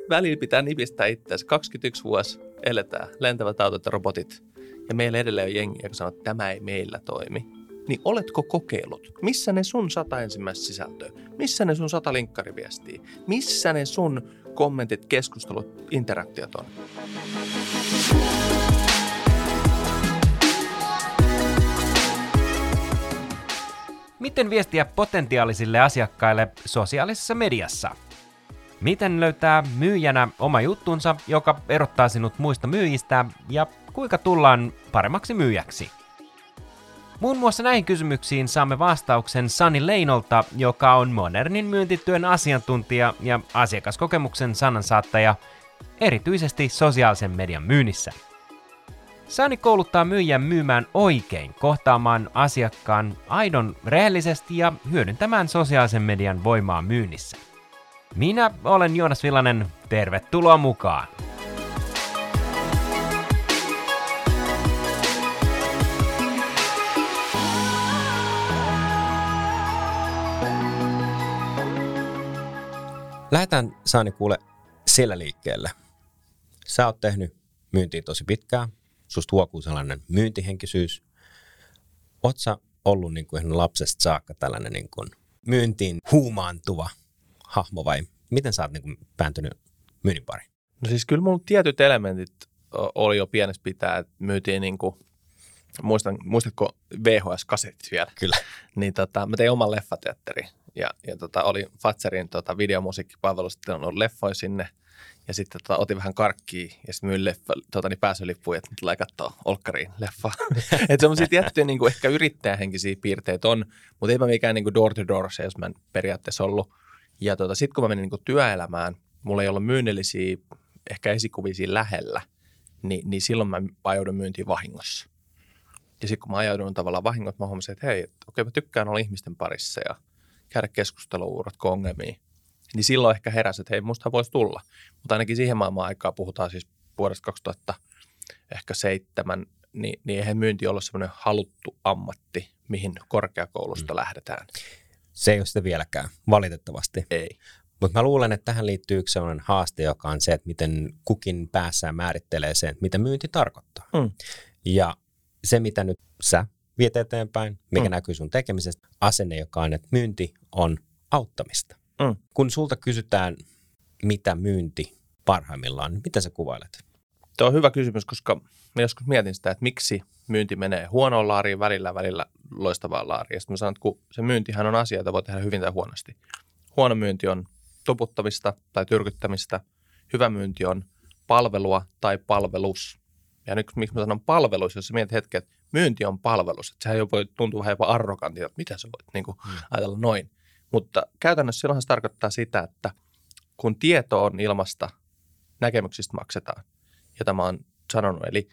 välillä pitää nipistää itseäsi. 21 vuosi eletään, lentävät autot ja robotit. Ja meillä edelleen on jengi, joka sanoo, että tämä ei meillä toimi. Niin oletko kokeillut? Missä ne sun 100 ensimmäistä sisältöä? Missä ne sun 100 linkkariviestiä? Missä ne sun kommentit, keskustelut, interaktiot on? Miten viestiä potentiaalisille asiakkaille sosiaalisessa mediassa? Miten löytää myyjänä oma juttunsa, joka erottaa sinut muista myyjistä, ja kuinka tullaan paremmaksi myyjäksi? Muun muassa näihin kysymyksiin saamme vastauksen Sani Leinolta, joka on modernin myyntityön asiantuntija ja asiakaskokemuksen sanansaattaja, erityisesti sosiaalisen median myynnissä. Sani kouluttaa myyjän myymään oikein, kohtaamaan asiakkaan aidon rehellisesti ja hyödyntämään sosiaalisen median voimaa myynnissä. Minä olen Joonas Villanen, tervetuloa mukaan! Lähdetään Sani kuule siellä liikkeelle. Sä oot tehnyt myyntiä tosi pitkään. Susta huokuu sellainen myyntihenkisyys. Oot sä ollut niin kuin ihan lapsesta saakka tällainen niin kuin myyntiin huumaantuva hahmo vai miten sä oot niin kuin pääntynyt myynnin pariin? No siis kyllä mulla tietyt elementit oli jo pienestä pitää, että myytiin niin kuin, muistatko VHS-kasetit vielä? Kyllä. Niin mä tein oman leffateatterin ja oli Fatserin videomusiikkipalvelusta, on ollut leffoja sinne. Ja sitten otin vähän karkkia ja sitten myin pääsylippuja, että tulee katsoa olkkariin leffaa. Että semmoisia tiettyjä niin kuin ehkä yrittäjähenkisiä piirteitä on, mutta eipä mikään niin kuin door-to-door salesman periaatteessa ollut. Ja sitten kun mä menin niin kuin työelämään, mulla ei ollut myynnillisiä, ehkä esikuvia siinä lähellä, niin silloin mä ajaudun myyntiin vahingossa. Ja sitten kun mä ajaudun tavallaan vahingossa, mä huomasin, että hei, okei, mä tykkään olla ihmisten parissa ja käydä keskustelua, ratkoa ongelmia. Niin silloin ehkä heräsi, että hei, musta voisi tulla. Mutta ainakin siihen maailman aikaa puhutaan siis vuodesta 2007, niin eihän myynti ollut semmoinen haluttu ammatti, mihin korkeakoulusta lähdetään. Se ei ole sitä vieläkään, valitettavasti. Ei. Mutta mä luulen, että tähän liittyy yksi sellainen haaste, joka on se, että miten kukin päässään määrittelee sen, mitä myynti tarkoittaa. Ja se, mitä nyt sä viet eteenpäin, mikä näkyy sun tekemisestä, asenne, joka on, että myynti on auttamista. Kun sulta kysytään, mitä myynti parhaimmillaan, niin mitä sä kuvailet? Tuo on hyvä kysymys, koska mä joskus mietin sitä, että miksi myynti menee huonoon laariin, välillä loistavaan laariin. Ja sitten mä sanon, että kun se myyntihän on asia, jota voi tehdä hyvin tai huonosti. Huono myynti on toputtamista tai tyrkyttämistä. Hyvä myynti on palvelua tai palvelus. Ja nyt miksi mä sanon palvelus, jos sä mietit hetken, että myynti on palvelus. Että sehän voi tuntua vähän jopa arrogantilta, että mitä sä voit niin kuin ajatella noin. Mutta käytännössä silloinhan se tarkoittaa sitä, että kun tieto on ilmasta, näkemyksistä maksetaan, jota mä oon sanonut. Eli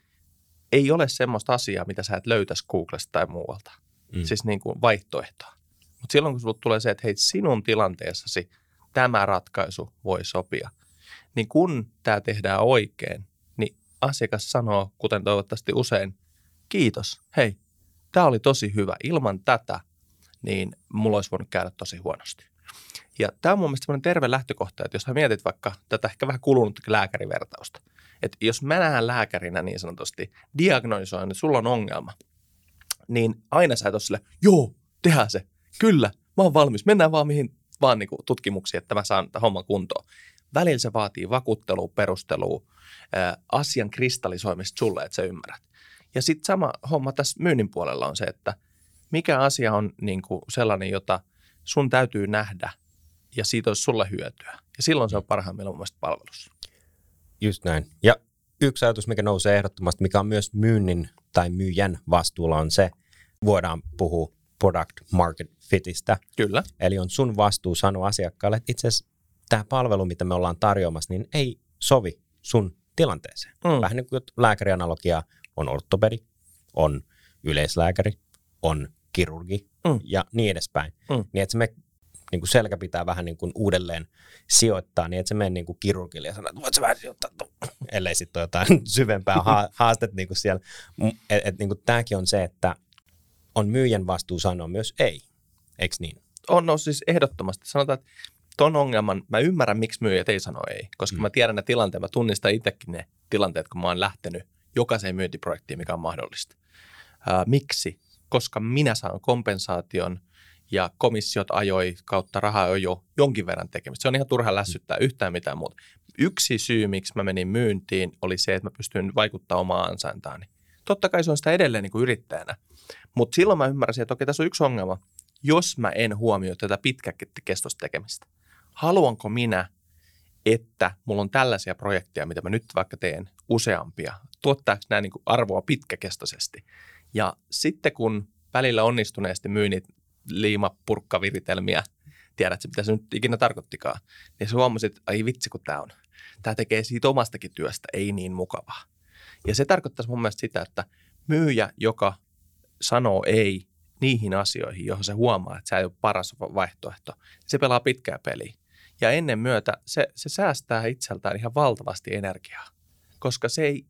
ei ole semmoista asiaa, mitä sä et löytäisi Googlesta tai muualta. Siis niin kuin vaihtoehtoa. Mutta silloin, kun sulle tulee se, että hei, sinun tilanteessasi tämä ratkaisu voi sopia, niin kun tämä tehdään oikein, niin asiakas sanoo, kuten toivottavasti usein, kiitos, hei, tämä oli tosi hyvä. Ilman tätä niin mulla olisi voinut käydä tosi huonosti. Ja tämä on mun mielestä sellainen terve lähtökohta, että jos sä mietit vaikka tätä ehkä vähän kulunuttakin lääkärivertausta, että jos mä näen lääkärinä niin sanotusti diagnoisoin, että sulla on ongelma, niin aina sä et ole silleen, joo, tehdään se, kyllä, mä oon valmis, mennään vaan mihin vaan niin kuin tutkimuksiin, että mä saan homman kuntoon. Välillä se vaatii vakuuttelua, perustelua, asian kristallisoimista sulle, että sä ymmärrät. Ja sitten sama homma tässä myynnin puolella on se, että mikä asia on niin kuin sellainen, jota sun täytyy nähdä ja siitä olisi sulle hyötyä. Ja silloin se on parhaimmillaan mun mielestä palvelus. Just näin. Ja yksi ajatus, mikä nousee ehdottomasti, mikä on myös myynnin tai myyjän vastuulla on se, voidaan puhua product market fitistä. Kyllä. Eli on sun vastuu sanoa asiakkaalle, että itse asiassa tämä palvelu, mitä me ollaan tarjoamassa, niin ei sovi sun tilanteeseen. Vähän niin kuin lääkärianalogia on ortopedi, on yleislääkäri, on kirurgi ja niin edespäin. Niin että se me niin kuin selkä pitää vähän niin kuin uudelleen sijoittaa, niin että se menee niin kuin kirurgille ja sanoo, että voit sä vähän sijoittaa, ellei sitten ole jotain syvempää haastetta niin kuin siellä. Niin kuin tämäkin on se, että on myyjän vastuu sanoa myös ei. Eikö niin? On, no siis ehdottomasti. Sanotaan, että ton ongelman, mä ymmärrän, miksi myyjät ei sano ei, koska mä tiedän ne tilanteet, mä tunnistan itsekin ne tilanteet, kun mä oon lähtenyt jokaiseen myyntiprojektiin, mikä on mahdollista. Miksi? Koska minä saan kompensaation ja komissiot ajoi kautta rahaa on jo jonkin verran tekemistä. Se on ihan turha lässyttää yhtään mitään muuta. Yksi syy, miksi mä menin myyntiin, oli se, että mä pystyin vaikuttamaan omaan ansaintaani. Totta kai se on sitä edelleen niin kuin yrittäjänä, mutta silloin mä ymmärsin, että okei, tässä on yksi ongelma. Jos mä en huomioi tätä pitkäkestoista tekemistä, haluanko minä, että mulla on tällaisia projekteja, mitä mä nyt vaikka teen useampia, tuottaako nämä niin kuin arvoa pitkäkestoisesti? Ja sitten kun välillä onnistuneesti myyn niitä liimapurkkaviritelmiä, tiedät, mitä se nyt ikinä tarkoittikaan, niin sä huomasit, että ai vitsi kun tämä on. Tämä tekee siitä omastakin työstä ei niin mukavaa. Ja se tarkoittaisi mun mielestä sitä, että myyjä, joka sanoo ei niihin asioihin, johon se huomaa, että se ei ole paras vaihtoehto, se pelaa pitkää peliä. Ja ennen myötä se säästää itseltään ihan valtavasti energiaa, koska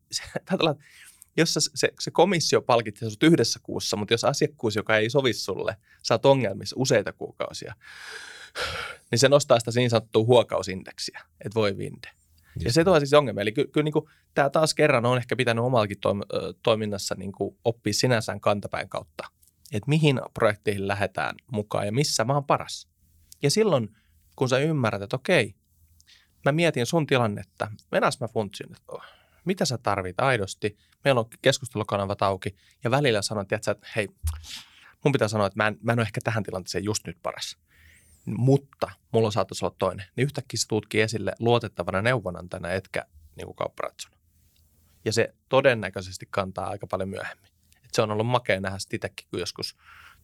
jos se komissio palkitsee sinut yhdessä kuussa, mutta jos asiakkuus, joka ei sovi sulle, sä oot ongelmissa useita kuukausia, niin se nostaa sitä niin sanottua huokausindeksiä, että voi vinde. Ja se tuo siis ongelmia. Eli kyllä niin tämä taas kerran on ehkä pitänyt omallakin toiminnassa niin kuin oppia sinänsä kantapäin kautta, että mihin projekteihin lähdetään mukaan ja missä mä oon paras. Ja silloin, kun sä ymmärrät, että okei, mä mietin sun tilannetta, mennäs mä funtsin, että mitä sä tarvit aidosti, meillä on keskustelukanavat auki ja välillä sanon, että hei, mun pitää sanoa, että mä en ole ehkä tähän tilanteeseen just nyt paras. Mutta mulla saattaisi olla toinen. Niin yhtäkkiä se tuutkin esille luotettavana neuvonantana, etkä niin kuin kaupparatsuna. Ja se todennäköisesti kantaa aika paljon myöhemmin. Et se on ollut makea nähdä sitä itsekin, kun joskus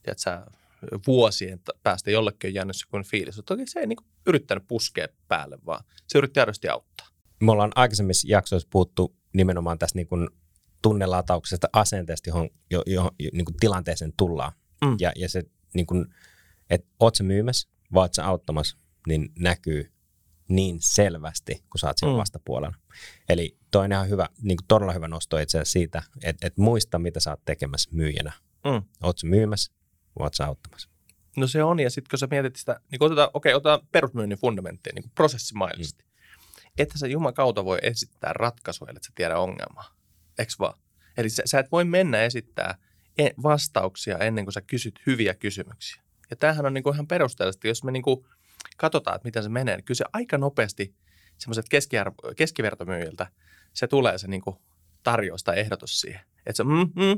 vuosien päästä jollekin on jäänyt se kuin fiilis. Toki se ei niin kuin yrittänyt puskea päälle, vaan se yritti aidosti auttaa. Me ollaan aikaisemmissa jaksoissa puhuttu nimenomaan tästä niin kuin tunnelatauksesta asenteesta, johon niin kuin tilanteeseen tullaan. Ja se, niin kuin, että oot sä myymässä, vai oot sä auttamassa, niin näkyy niin selvästi, kun sä oot siinä vastapuolella. Eli toi on ihan hyvä, niin kuin todella hyvä nosto itse asiassa siitä, että muista, mitä sä oot tekemässä myyjänä. Oot sä myymässä, vai oot sä auttamassa? No se on, ja sitten kun sä mietit sitä, niin otetaan perusmyynnin fundamentteja niin prosessimaisesti. Että sä Juman kautta voi esittää ratkaisuja, että sä tiedä ongelmaa. Eiks vaan? Eli sä et voi mennä esittää vastauksia ennen kuin sä kysyt hyviä kysymyksiä. Ja tämähän on niinku ihan perusteellisesti, jos me niinku katsotaan, että miten se menee, niin kyllä se aika nopeasti semmoiset keskivertomyyjiltä, se tulee se niinku tarjous tai ehdotus siihen. Että se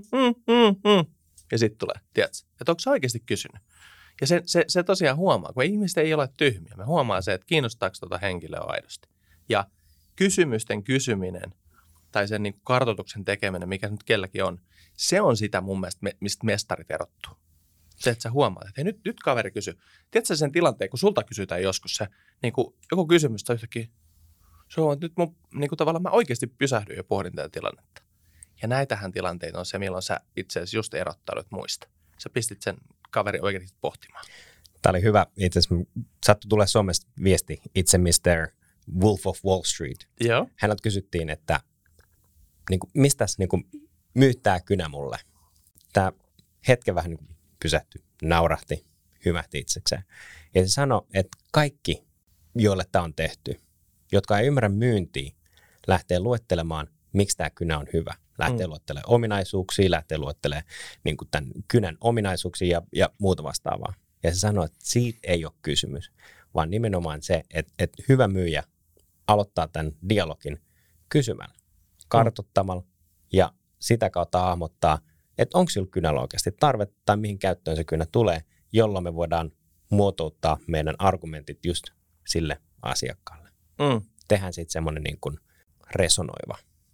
ja sitten tulee, tiedätkö? Että onko sä oikeasti kysynyt? Ja se tosiaan huomaa, kun ihmiset ei ole tyhmiä. Me huomaa se, että kiinnostaako tuota henkilöä aidosti. Ja kysymysten kysyminen tai sen niinku kartoituksen tekeminen, mikä nyt kelläkin on, se on sitä mun mielestä, mistä mestarit erottuu. Se, että sä huomaat, että hei, nyt kaveri kysyy. Tiedätkö sen tilanteen, kun sulta kysytään joskus se, niin kuin joku kysymys tai yhtäkkiä, se on, että nyt niin tavallaan mä oikeasti pysähdyin ja pohdin tätä tilannetta. Ja näitähän tilanteita on se, milloin sä itse asiassa just erottaudut muista. Sä pistit sen kaverin oikeasti pohtimaan. Tämä oli hyvä. Itse asiassa sattui tulee Suomesta viesti itse Mr. Wolf of Wall Street. Joo. Häneltä kysyttiin, että niin kuin, mistäs niin kuin, myyttää kynä mulle? Tämä hetken vähän niin pysähtyi, naurahti, hymähti itsekseen. Ja se sanoi, että kaikki, joille tämä on tehty, jotka ei ymmärrä myyntiä, lähtee luettelemaan, miksi tämä kynä on hyvä. Lähtee luettelemaan ominaisuuksia, lähtee luettelemaan niin kuin tämän kynän ominaisuuksia ja muuta vastaavaa. Ja se sanoi, että siitä ei ole kysymys, vaan nimenomaan se, että hyvä myyjä aloittaa tämän dialogin kysymällä, kartoittamalla ja sitä kautta hahmottaa, että onko sillä kynällä oikeasti tarvetta tai mihin käyttöön se kynä tulee, jolloin me voidaan muotouttaa meidän argumentit just sille asiakkaalle. Tehdään sitten semmoinen niin kuin resonoiva.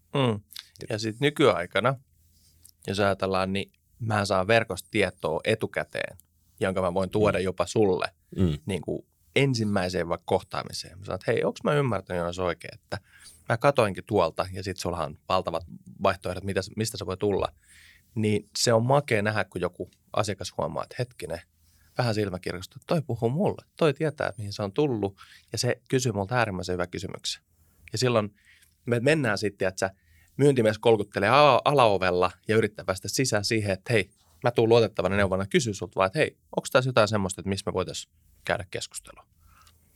Ja sitten nykyaikana, jos ajatellaan, niin mä saan verkosta tietoa etukäteen, jonka mä voin tuoda jopa sulle niin kuin ensimmäiseen vaikka kohtaamiseen. Mä sanon, että hei, onko mä ymmärtänyt jos oikein, että mä katoinkin tuolta ja sitten sulla on valtavat vaihtoehdot, mistä se voi tulla. Niin se on makea nähdä, kun joku asiakas huomaa, että hetkinen, vähän silmäkirkastuu, toi puhuu mulle, toi tietää, mihin se on tullut, ja se kysyy multa äärimmäisen hyvä kysymyksen. Ja silloin me mennään sitten, että myyntimies kolkuttelee alaovella ja yrittää päästä sisään siihen, että hei, mä tuun luotettavana neuvona kysyä sulta, vaan että hei, onko tässä jotain semmoista, että missä me voitaisiin käydä keskustelua.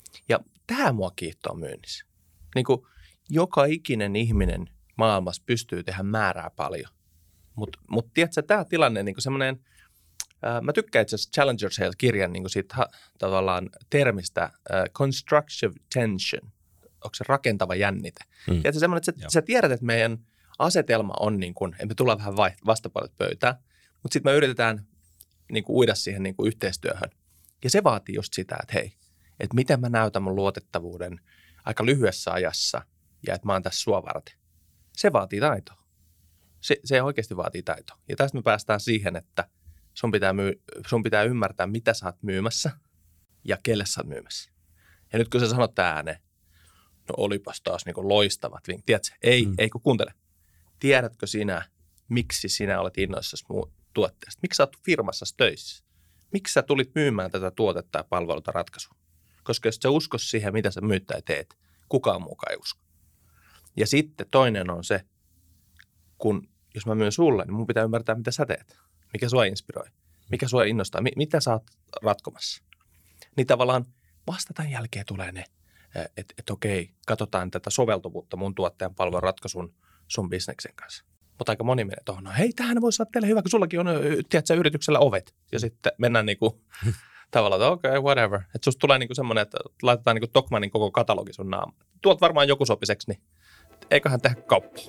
Ja tämä mua kiihtoo myynnissä. Niin kuin joka ikinen ihminen maailmassa pystyy tehdä määrää paljon. Mutta tiedätkö, tämä tilanne niin kuin semmoinen, mä tykkään itse asiassa Challenger Sales-kirjan niin kuin siitä tavallaan termistä constructive tension. Onko se rakentava jännite? Tiedätkö semmoinen, että sä tiedät, että meidän asetelma on niin kuin, että me tullaan vähän vastapuolet pöytään, mutta sitten me yritetään niin kuin uida siihen niin kuin yhteistyöhön. Ja se vaatii just sitä, että hei, että miten mä näytän mun luotettavuuden aika lyhyessä ajassa ja että mä oon tässä sua varten. Se vaatii taitoa. Se oikeasti vaatii taitoa. Ja tästä me päästään siihen, että sun pitää ymmärtää, mitä sä oot myymässä ja kelle sä oot myymässä. Ja nyt kun sä sanot ääneen, no olipas taas niin kuin loistavat vinkit. Tiedätkö? Ei kun kuuntele. Tiedätkö sinä, miksi sinä olet innoissasi tuotteesta? Miksi sä oot firmassa töissä? Miksi sä tulit myymään tätä tuotetta ja palveluta ratkaisua? Koska jos sä usko siihen, mitä sä myyt tai teet, kukaan muukaan ei usko. Ja sitten toinen on se, jos mä myyn sulle, niin mun pitää ymmärtää, mitä sä teet. Mikä sua inspiroi? Mikä sua innostaa? Mitä sä oot ratkomassa? Niin tavallaan vasta tämän jälkeen tulee ne, että okei, katsotaan tätä soveltuvuutta mun tuottajan palvelun ratkaisun sun bisneksen kanssa. Mutta aika moni menee tuohon, no hei, tämähän voisi olla teille hyvä, kun sullakin on, tiedätkö, yrityksellä ovet. Ja sitten mennään niinku tavallaan, että okei, whatever. Että susta tulee niinku semmoinen, että laitetaan niinku Tokmannin koko katalogi sun naama. Tuolta varmaan joku sopiseksi, niin eiköhän tehdä kauppaa.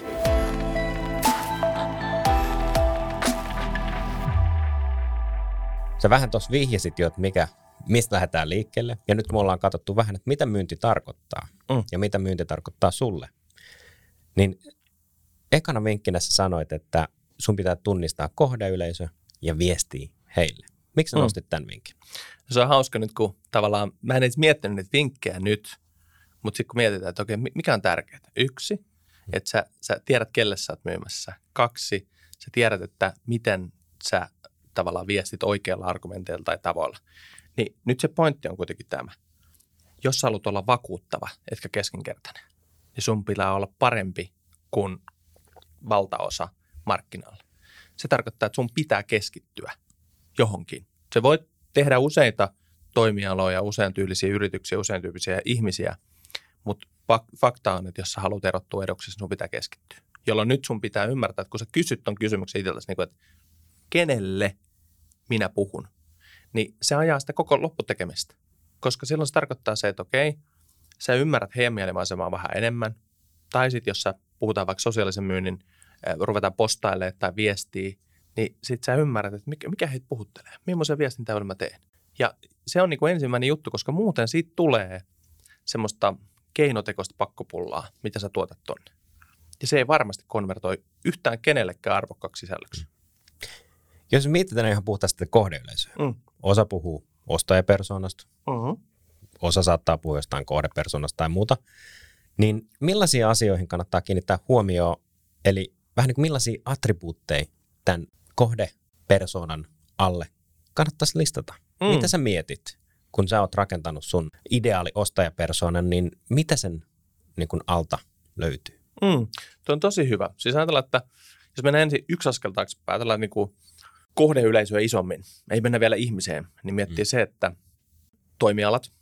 Sä vähän tuossa vihjasit jo, että mistä lähdetään liikkeelle. Ja nyt me ollaan katsottu vähän, että mitä myynti tarkoittaa ja mitä myynti tarkoittaa sulle. Niin ekana vinkkinä sä sanoit, että sun pitää tunnistaa kohdeyleisö ja viestiä heille. Miksi sä nostit tämän vinkin? Se on hauska nyt, kun tavallaan, mä en edes miettinyt niitä vinkkejä nyt, mutta sitten kun mietitään, että okei, mikä on tärkeää? 1, että sä tiedät, kelle sä oot myymässä. 2, sä tiedät, että miten sä tavallaan viestit oikealla argumenteilla tai tavoilla. Niin nyt se pointti on kuitenkin tämä. Jos sä haluat olla vakuuttava, etkä keskinkertainen, niin sun pitää olla parempi kuin valtaosa markkinoilla. Se tarkoittaa, että sun pitää keskittyä johonkin. Se voi tehdä useita toimialoja, usean tyylisiä yrityksiä, usean tyyppisiä ihmisiä, mutta fakta on, että jos sä haluat erottua eduksessa, sun pitää keskittyä. Jolloin nyt sun pitää ymmärtää, että kun sä kysyt ton kysymyksen itseltäsi, niin kuin, että kenelle minä puhun, niin se ajaa sitä koko lopputekemistä. Koska silloin se tarkoittaa se, että okei, sä ymmärrät heidän mielenmaisemaa vähän enemmän. Tai sitten jos sä puhutaan vaikka sosiaalisen myynnin, ruvetaan postailemaan tai viestiä, niin sit sä ymmärrät, että mikä heitä puhuttelee, millaisen viestintäväylän mä teen. Ja se on niin kuin ensimmäinen juttu, koska muuten siitä tulee semmoista keinotekoista pakkopullaa, mitä sä tuotat tonne. Ja se ei varmasti konvertoi yhtään kenellekään arvokkaaksi sisällöksi. Jos mietitään ihan puhtaasti kohdeyleisöä. Osa puhuu ostajapersoonasta, osa saattaa puhua jostain kohdepersoonasta tai muuta. Niin millaisiin asioihin kannattaa kiinnittää huomioon, eli vähän niin kuin millaisia attribuutteja tämän kohdepersoonan alle kannattaisi listata? Mitä sä mietit, kun sä oot rakentanut sun ideaali ostajapersoonan, niin mitä sen niin kuin alta löytyy? Tuo on tosi hyvä. Siis ajatellaan, että jos mennään ensin yksi askel taaksepäin, ajatellaan niin kuin kohdeyleisöä isommin, ei mennä vielä ihmiseen, niin miettii se, että toimialat,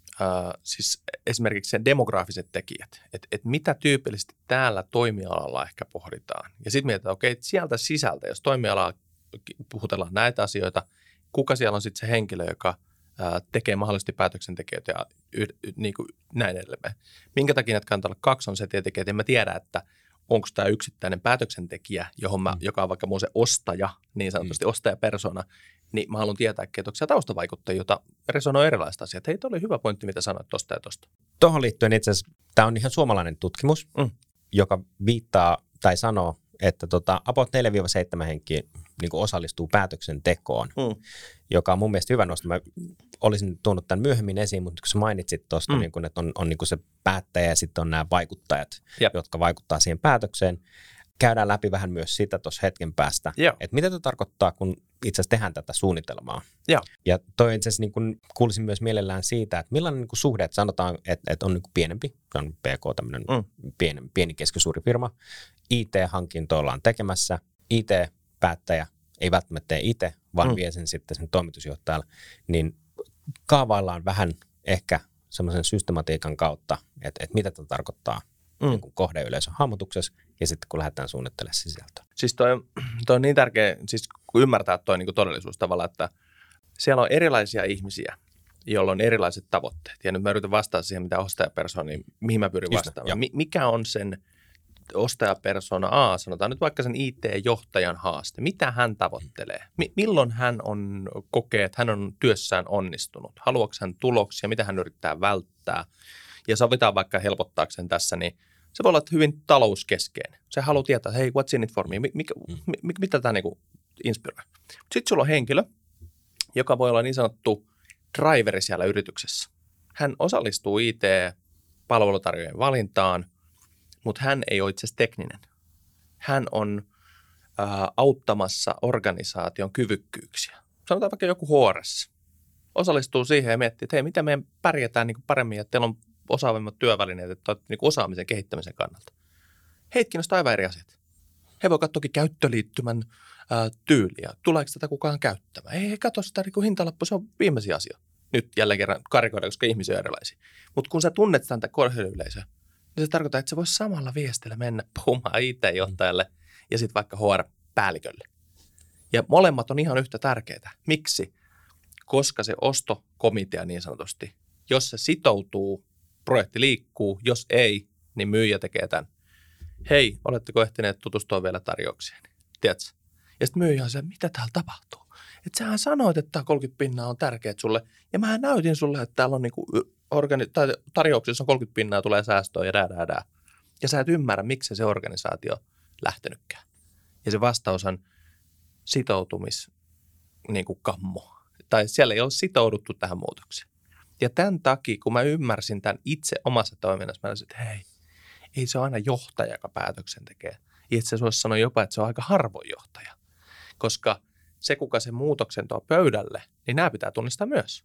siis esimerkiksi sen demograafiset tekijät, että mitä tyypillisesti täällä toimialalla ehkä pohditaan. Ja sitten mietitään, okei, sieltä sisältä, jos toimialaa puhutellaan näitä asioita, kuka siellä on sitten se henkilö, joka tekee mahdollisesti päätöksentekijöitä ja niin kuin näin edelleen. Minkä takia näitä kannattaa olla 2 on se tietenkin, että en mä tiedä, että onko tämä yksittäinen päätöksentekijä, joka on vaikka mun se ostaja, niin sanotusti ostajapersona, niin mä haluan tietää, että onko se taustavaikuttajia, jota resonoi erilaista asiaa. Hei, toi oli hyvä pointti, mitä sanoit tosta ja tosta. Tuohon liittyen itse asiassa, tämä on ihan suomalainen tutkimus, joka viittaa tai sanoo, että about 4-7 henkiä niin kuin osallistuu päätöksentekoon, joka on mun mielestä hyvä nosto. Mä olisin tuonut tämän myöhemmin esiin, mutta kun sä mainitsit tuosta, niin kun, että on niin kuin se päättäjä ja sitten on nämä vaikuttajat, jotka vaikuttaa siihen päätökseen. Käydään läpi vähän myös sitä tuossa hetken päästä, että mitä se tarkoittaa, kun itse asiassa tehdään tätä suunnitelmaa. Ja toi itse asiassa niin kun kuulisin myös mielellään siitä, että millainen niin kun suhde, että sanotaan, että on niin kun pienempi, on PK tämmöinen pieni keskisuuri firma, IT-hankinto ollaan tekemässä, IT-päättäjä ei välttämättä tee itse, vaan vie sen sitten sen toimitusjohtajalle, niin kaavaillaan vähän ehkä semmoisen systematiikan kautta, että mitä tämä tarkoittaa niin kuin kohdeyleisön hahmotuksessa ja sitten kun lähdetään suunnittelemaan sisältöä. Siis toi on niin tärkeä, siis kun ymmärtää toi niin kuin todellisuus tavallaan, että siellä on erilaisia ihmisiä, joilla on erilaiset tavoitteet. Ja nyt mä yritän vastata siihen, mitä ostajapersona, niin mihin mä pyrin vastaamaan. Mikä on sen ostajapersona A, sanotaan nyt vaikka sen IT-johtajan haaste. Mitä hän tavoittelee? Milloin hän kokee, että hän on työssään onnistunut? Haluaako hän tuloksia? Mitä hän yrittää välttää? Ja sovitaan vaikka helpottaakseen tässä, niin se voi olla hyvin talouskeskeinen. Se haluaa tietää, hei, what's in it for me? Mitä tämä niinku inspiroi? Sitten sulla on henkilö, joka voi olla niin sanottu driveri siellä yrityksessä. Hän osallistuu IT-palvelutarjoajien valintaan, mutta hän ei ole itse asiassa tekninen. Hän on auttamassa organisaation kyvykkyyksiä. Sanotaan vaikka joku HRS. Osallistuu siihen ja miettii, että hei, miten me pärjätään niin kuin paremmin, että teillä on osaavimmat työvälineet, että niin kuin osaamisen kehittämisen kannalta. Heitä kiinnostaa aivan eri asiat. He voi katsoa käyttöliittymän tyyliä. Tuleeko tätä kukaan käyttämään? Ei katso sitä niin kuin hintalappu, se on viimeisiä asia. Nyt jälleen kerran karikoida, koska ihmisiä on erilaisia. Mutta kun sä tunnet sitä kohdeyleisöä, niin se tarkoittaa, että se voisi samalla viestillä mennä puhumaan IT-johtajalle ja sitten vaikka HR-päällikölle. Ja molemmat on ihan yhtä tärkeitä. Miksi? Koska se ostokomitea niin sanotusti, jos se sitoutuu, projekti liikkuu, jos ei, niin myyjä tekee tämän. Hei, oletteko ehtineet tutustua vielä tarjoukseen? Tiedätkö? Ja sitten myyjä on se, mitä täällä tapahtuu? Että sähän sanoit, että tämä 30% on tärkeät sulle, ja mä näytin sulle, että täällä on niinku tarjouksessa on 30% tulee säästöä ja dää. Ja sä et ymmärrä, miksi se organisaatio lähtenytkään. Ja se vastaus on sitoutumiskammo. Tai siellä ei ole sitouduttu tähän muutokseen. Ja tämän takia, kun mä ymmärsin tämän itse omassa toiminnassa, mä olisin, että hei, ei se ole aina johtaja, joka päätöksen tekee. Itse asiassa sanoin jopa, että se on aika harvoin johtaja. Koska se, kuka sen muutoksen tuo pöydälle, niin nämä pitää tunnistaa myös.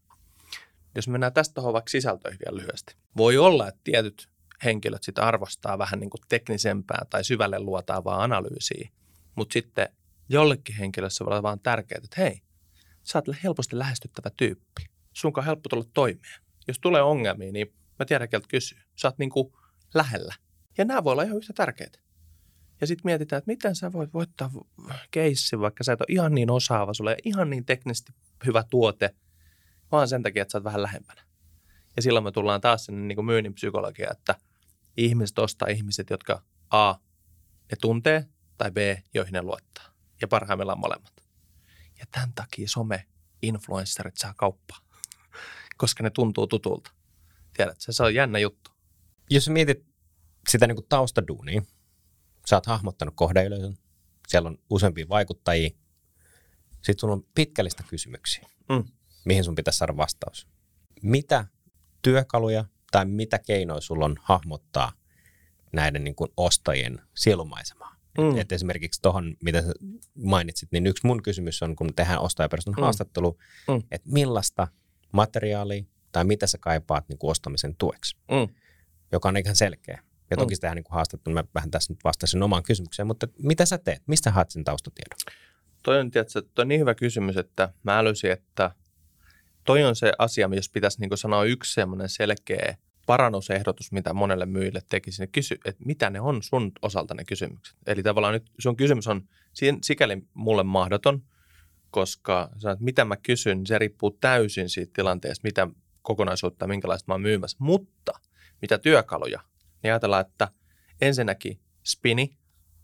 Jos mennään tästä tuohon vaikka sisältöihin vielä lyhyesti. Voi olla, että tietyt henkilöt sitä arvostaa vähän niin kuin teknisempää tai syvälle luotaavaa analyysiä, mutta sitten jollekin henkilössä voi olla vaan tärkeää, että hei, sä oot helposti lähestyttävä tyyppi. Sun on helppo tulla toimeen. Jos tulee ongelmia, niin mä tiedän, keltä kysyy. Sä oot niin kuin lähellä. Ja nämä voi olla ihan yhtä tärkeitä. Ja sitten mietitään, että miten sä voit voittaa keissin, vaikka sä et ole ihan niin osaava, sulla ei ihan niin teknisesti hyvä tuote, vaan sen takia, että sä oot vähän lähempänä. Ja silloin me tullaan taas sinne niin kuin myynnin psykologia, että ihmiset ostaa ihmiset, jotka A, ne tuntee, tai B, joihin ne luottaa. Ja parhaimmillaan molemmat. Ja tämän takia some-influencerit saa kauppaa, koska ne tuntuu tutulta. Tiedätkö, se on jännä juttu. Jos mietit sitä niin kuin taustaduunia, sä oot hahmottanut kohdeyleisön, siellä on useampia vaikuttajia, sitten sulla on pitkällistä kysymyksiä, mihin sun pitäisi saada vastaus. Mitä työkaluja tai mitä keinoja sulla on hahmottaa näiden niin kuin ostajien sielumaisemaa? Et esimerkiksi tuohon, mitä sä mainitsit, niin yksi mun kysymys on, kun tehdään ostajapersonan haastattelu, että millaista materiaalia tai mitä sä kaipaat niin kuin ostamisen tueksi, joka on ihan selkeä. Ja toki sitä niin kuin haastattelu, mä vähän tässä nyt vastasin omaan kysymykseen, mutta mitä sä teet? Mistä haet sen taustatiedon? Toi on niin hyvä kysymys, että mä älysin, että toi on se asia, jos pitäisi niin kuin sanoa yksi semmoinen selkeä parannusehdotus, mitä monelle myyjille tekisi, että mitä ne on sun osalta ne kysymykset. Eli tavallaan nyt sun kysymys on sikäli mulle mahdoton, koska sanot, mitä mä kysyn, se riippuu täysin siitä tilanteesta, mitä kokonaisuutta, minkälaista mä oon myymässä. Mutta mitä työkaluja, niin ajatellaan, että ensinnäkin spini,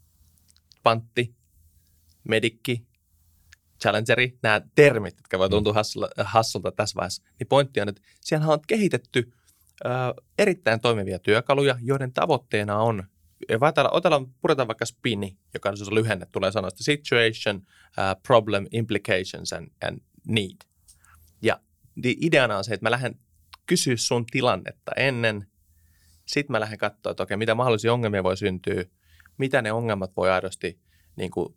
pantti, medikki, challengeri, nämä termit, jotka voi tuntua hassulta tässä vaiheessa, niin pointti on, että siellä on kehitetty erittäin toimivia työkaluja, joiden tavoitteena on, puretaan vaikka SPINI, joka on se lyhenne, tulee sanoista situation, problem, implications and need. Ja ideana on se, että mä lähden kysyä sun tilannetta ennen, sitten mä lähden katsoa, että okei, mitä mahdollisia ongelmia voi syntyä, mitä ne ongelmat voi aidosti, niin kuin,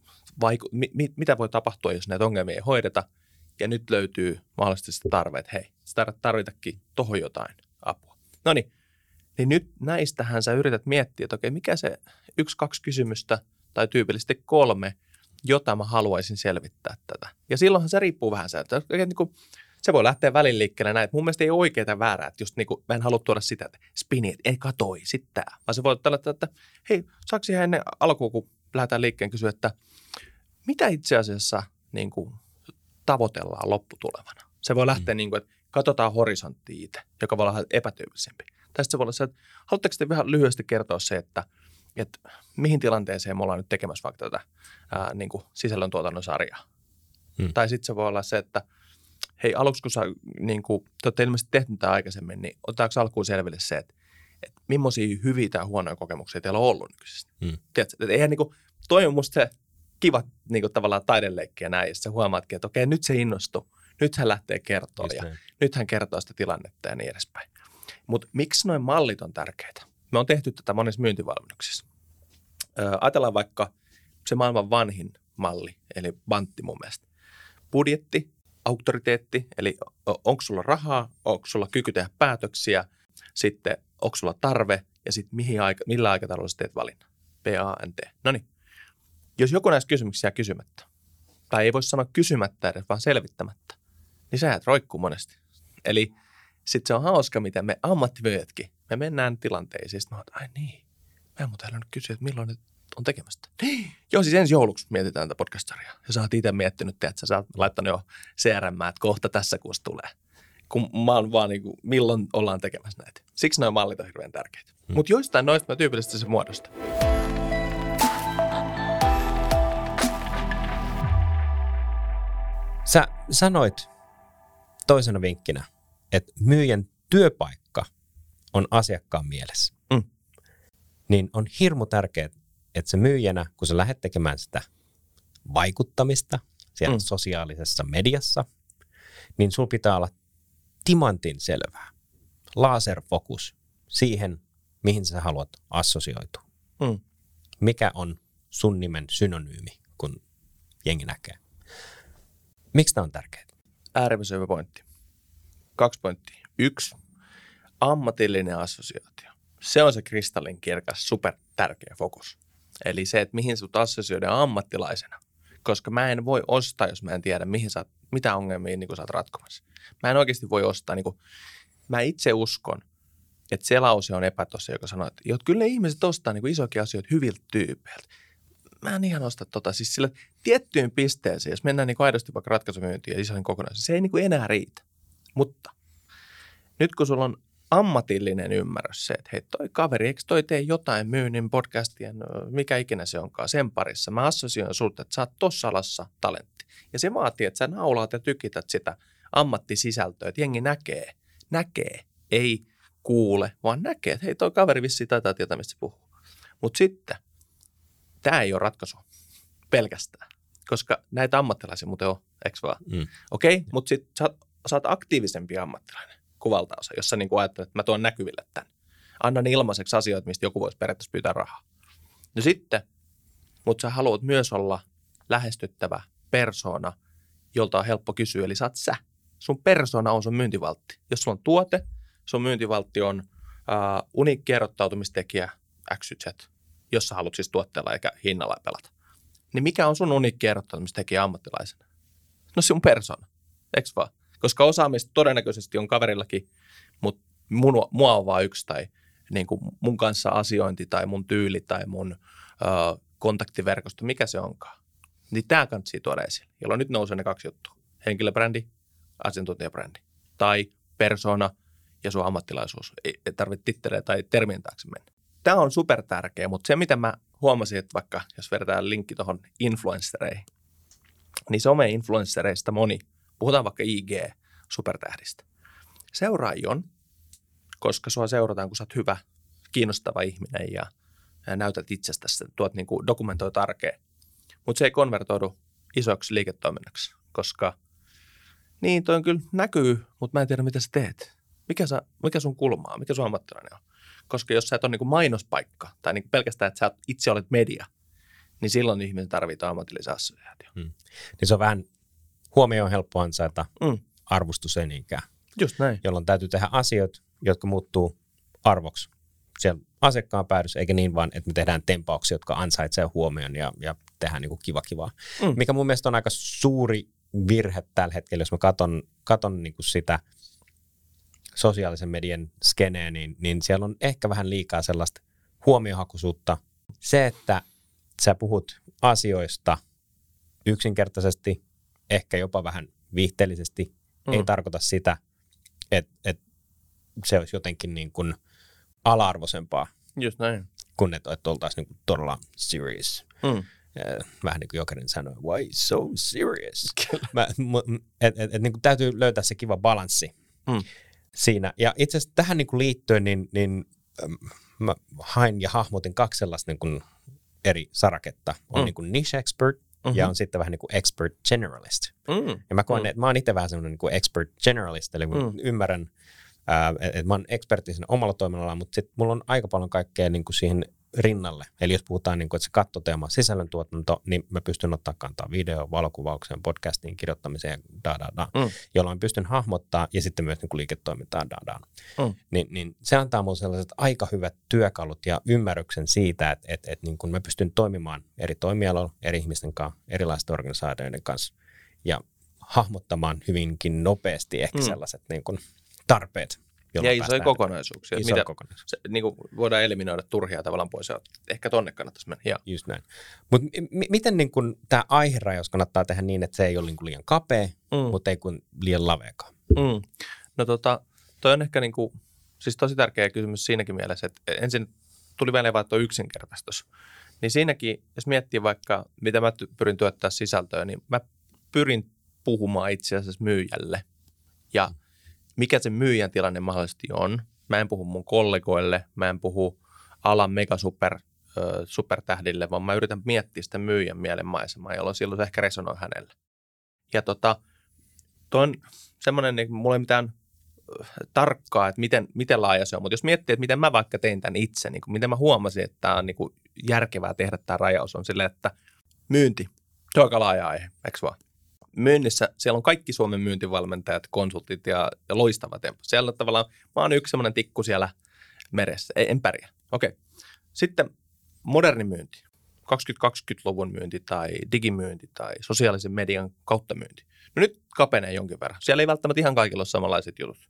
mitä voi tapahtua, jos näitä ongelmia ei hoideta, ja nyt löytyy mahdollisesti sitä tarve, että hei, sä tarvitakin tohon jotain apua. No niin nyt näistähän sä yrität miettiä, että okei, mikä se 1-2 kysymystä tai tyypillisesti 3, jota mä haluaisin selvittää tätä. Ja silloinhan se riippuu vähän sieltä. Niin se voi lähteä välin liikkeelle näin. Mun mielestä ei ole oikeaa tai väärää, että just niin kuin, mä en halua tuoda sitä, että spini, että ei katoi, sit tää. Vaan se voi olla että hei, saako ihan ennen alkuun, kun lähdetään liikkeen kysyä, että mitä itse asiassa niin kuin, tavoitellaan lopputulevana. Se voi lähteä niin kuin, että katsotaan horisonttia itse, joka voi olla epätyypillisempi. Tai sitten se voi olla se, että haluatteko te vähän lyhyesti kertoa se, että mihin tilanteeseen me ollaan nyt tekemässä vaikka tätä niin kuin sisällöntuotannon sarjaa. Tai sitten se voi olla se, että hei, aluksi kun niin kuin, te olette ilmeisesti tehnyt tätä aikaisemmin, niin otetaanko alkuun selville se, että millaisia hyviä tai huonoja kokemuksia teillä on ollut nykyisesti. Tiedätkö, että eihän niin kuin, toi on musta se kiva niin kuin, tavallaan taideleikkiä näin, ja sä huomaatkin, että okei, nyt se innostuu. Nyt hän lähtee kertoa ja nyt hän kertoo sitä tilannetta ja niin edespäin. Mutta miksi noin mallit on tärkeitä? Me on tehty tätä monissa myyntivalmennuksissa. Ajatellaan vaikka se maailman vanhin malli, eli Bantti mun mielestä. Budjetti, auktoriteetti, eli onko sulla rahaa, onko sulla kyky tehdä päätöksiä, sitten onko sulla tarve ja sitten millä aikataululla sä teet valinnan. PANT. No niin. Jos joku näistä kysymyksiä jää kysymättä, tai ei voi sanoa kysymättä edes, vaan selvittämättä, niin sä jäät roikkuu monesti. Eli sitten se on hauska, miten me ammattimyyjätkin, me mennään tilanteisiin, sitten ai niin, mä en muuten nyt kysyä, että milloin nyt on tekemästä. Joo, siis ensi jouluksi mietitään tätä podcast-sarjaa. Ja sä oot itse miettinyt, että sä oot laittanut jo CRM, että kohta tässä kuussa tulee. Kun mä oon vaan niin kuin, milloin ollaan tekemässä näitä. Siksi nuo mallit on hirveän tärkeitä. Mutta joistain noista mä tyypillisesti se muodosta. Sä sanoit toisena vinkkinä, että myyjän työpaikka on asiakkaan mielessä. Niin on hirmu tärkeää, että se myyjänä, kun sä lähdet tekemään sitä vaikuttamista siellä sosiaalisessa mediassa, niin sulla pitää olla timantin selvää, laserfokus siihen, mihin sä haluat assosioitua. Mikä on sun nimen synonyymi, kun jengi näkee. Miksi tämä on tärkeää? Äärimmäisen hyvä pointti. 2 pointtia. 1. Ammatillinen assosiaatio. Se on se kristallinkirkas, super tärkeä fokus. Eli se, että mihin sut assosioidaan ammattilaisena. Koska mä en voi ostaa, jos mä en tiedä, mitä ongelmia niin sä oot ratkomassa. Mä en oikeasti voi ostaa. Niin kuin, mä itse uskon, että se lause on epätossa, joka sanoo, että kyllä ne ihmiset ostaa niin isokin asioita hyviltä tyypeiltä. Mä en ihan osta siis sillä tiettyyn pisteeseen, jos mennään niin aidosti vaikka ratkaisumyyntiin ja isoihin kokonaisuuksiin, se ei niin enää riitä. Mutta nyt kun sulla on ammatillinen ymmärrys se, että hei toi kaveri, eikö toi tee jotain myynnin podcastien, mikä ikinä se onkaan, sen parissa. Mä assosioin sulta, että sä oot tossa alassa talentti. Ja se vaatii, että sä naulaat ja tykität sitä ammattisisältöä, että jengi näkee, ei kuule, vaan näkee, että hei toi kaveri vissiin taitaa tietää, mistä se puhuu. Mutta sitten tämä ei ole ratkaisu pelkästään, koska näitä ammattilaisia muuten on, eikö vaan? Okei, mutta sitten sä oot aktiivisempi ammattilainen kuin valtaosa, jos sä niin ajattelet, että mä tuon näkyville tämän. Annan ilmaiseksi asioita, mistä joku voisi periaatteessa pyytää rahaa. No sitten, mutta sä haluat myös olla lähestyttävä persoona, jolta on helppo kysyä, eli sä oot sä. Sun persoona on sun myyntivaltti. Jos sulla on tuote, sun myyntivaltti on uniikki erottautumistekijä XYZ, jos sä haluat siis tuotteella eikä hinnalla pelata. Niin mikä on sun uniikki erottautumistekijä ammattilaisena? No sun persona, eikö vaan? Koska osaamista todennäköisesti on kaverillakin, mutta mua on vaan yksi tai niin kuin mun kanssa asiointi tai mun tyyli tai mun kontaktiverkosto, mikä se onkaan. Niin tämä kannattaa tuoda esille, jolloin nyt nousee ne 2 juttua. Henkilöbrändi, asiantuntijabrändi tai persona ja sun ammattilaisuus. Ei tarvitse titteleä tai termien taakse mennä. Tämä on super tärkeä, mutta se mitä mä huomasin, että vaikka jos vedetään linkki tuohon influenssereihin, niin some-influenssereista moni, puhutaan vaikka IG-supertähdistä, seuraa Jon, koska sua seurataan, kun sä oot hyvä, kiinnostava ihminen ja näytät itsestäsi, tuot niin kuin dokumentoit arkea. Mutta se ei konvertoidu isoksi liiketoiminnaksi, koska niin toi on kyllä näkyy, mutta mä en tiedä mitä sä teet. Mikä sun kulmaa, mikä sun ammattilainen on? Koska jos sä et ole niin kuin mainospaikka tai niin kuin pelkästään, että sä itse olet media, niin silloin ihminen tarvitsee ammatillisen assosiaation. Niin se on vähän, huomioon helppo ansaita, arvostus ei niinkään. Just näin. Jolloin täytyy tehdä asioita, jotka muuttuu arvoksi siellä asiakkaan päädyssä, eikä niin vaan, että me tehdään tempauksia, jotka ansaitsee huomioon ja tehdään niin kuin kivaa. Mikä mun mielestä on aika suuri virhe tällä hetkellä, jos mä katon niin kuin sitä sosiaalisen median skeneä, niin siellä on ehkä vähän liikaa sellaista huomiohakuisuutta. Se, että sä puhut asioista yksinkertaisesti, ehkä jopa vähän viihteellisesti, ei tarkoita sitä, että se olisi jotenkin niin kuin ala-arvoisempaa. Just näin. Kun että oltaisiin niin kuin todella serious. Vähän niin kuin Jokerin sanoi, why so serious? Niin kuin täytyy löytää se kiva balanssi siinä. Ja itse asiassa tähän niin kuin liittyen, niin mä hain ja hahmotin kaksi sellaista niin kuin eri saraketta. On niin kuin niche expert ja on sitten vähän niin kuin expert generalist. Ja mä koen, että mä oon itse vähän semmoinen niin kuin expert generalist, eli ymmärrän, että mä oon ekspertti siinä omalla toiminnallaan, mutta sitten mulla on aika paljon kaikkea niin kuin siihen rinnalle. Eli jos puhutaan, niin kuin, että se kattoteema sisällöntuotanto, niin mä pystyn ottaa kantaa videoon, valokuvaukseen, podcastiin, kirjoittamiseen, jolloin pystyn hahmottaa ja sitten myös niin kuin liiketoimintaan. Niin se antaa mulle sellaiset aika hyvät työkalut ja ymmärryksen siitä, että niin kuin mä pystyn toimimaan eri toimialoilla, eri ihmisten kanssa, erilaisten organisaatioiden kanssa ja hahmottamaan hyvinkin nopeasti ehkä sellaiset niin kuin tarpeet. Ja isoja kokonaisuuksia. Isoja kokonaisuuksia. Se, niin kuin voidaan eliminoida turhia tavallaan pois. Ehkä tonne kannattaisi mennä. Ja. Just näin. Mutta miten niin kun tämä aiherajaus kannattaa tehdä niin, että se ei ole niin kuin liian kapea, mutta ei kuin liian laveakaan? No toi on ehkä niin kuin, siis tosi tärkeä kysymys siinäkin mielessä, että ensin tuli vielä vaan tuo yksinkertaistus. Niin siinäkin, jos miettii vaikka, mitä mä pyrin tuottaa sisältöä, niin mä pyrin puhumaan itse asiassa myyjälle. Ja mikä se myyjän tilanne mahdollisesti on. Mä en puhu mun kollegoille, mä en puhu alan supertähdille, vaan mä yritän miettiä sitä myyjän mielenmaisemaa, jolloin silloin se ehkä resonoi hänelle. Ja toi on semmoinen, niin mulla ei mitään tarkkaa, että miten laaja se on, mutta jos miettii, että miten mä vaikka tein tämän itse, niin miten mä huomasin, että tämä on niin kuin järkevää tehdä tämä rajaus, on silleen, että myynti, se on aika laaja aihe, eikö vaan? Myynnissä siellä on kaikki Suomen myyntivalmentajat, konsultit ja loistava tempo. Siellä tavallaan, mä oon yksi semmoinen tikku siellä meressä, en pärjää. Okei. Sitten moderni myynti, 2020-luvun myynti tai digimyynti tai sosiaalisen median kautta myynti. No nyt kapenee jonkin verran. Siellä ei välttämättä ihan kaikilla ole samanlaiset jutut.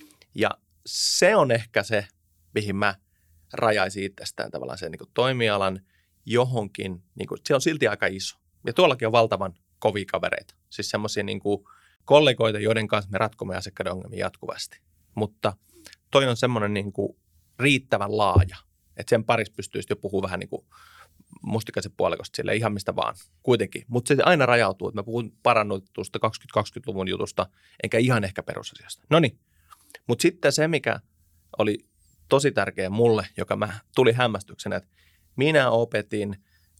Ja se on ehkä se, mihin mä rajaisin itsestään tavallaan sen niin kuin toimialan johonkin, niin kuin, se on silti aika iso. Ja tuollakin on valtavan kovia kavereita. Siis semmoisia niin kuin kollegoita, joiden kanssa me ratkomme asiakkaiden ongelmia jatkuvasti. Mutta toi on semmoinen niin kuin riittävän laaja, että sen parissa pystyisi jo puhumaan vähän niin kuin mustikaisen puolikosta sille ihan mistä vaan kuitenkin. Mutta se aina rajautuu, että mä puhun parannutusta 2020-luvun jutusta, enkä ihan ehkä perusasiasta. Noniin. Mutta sitten se, mikä oli tosi tärkeä mulle, joka tuli hämmästyksenä, että minä opetin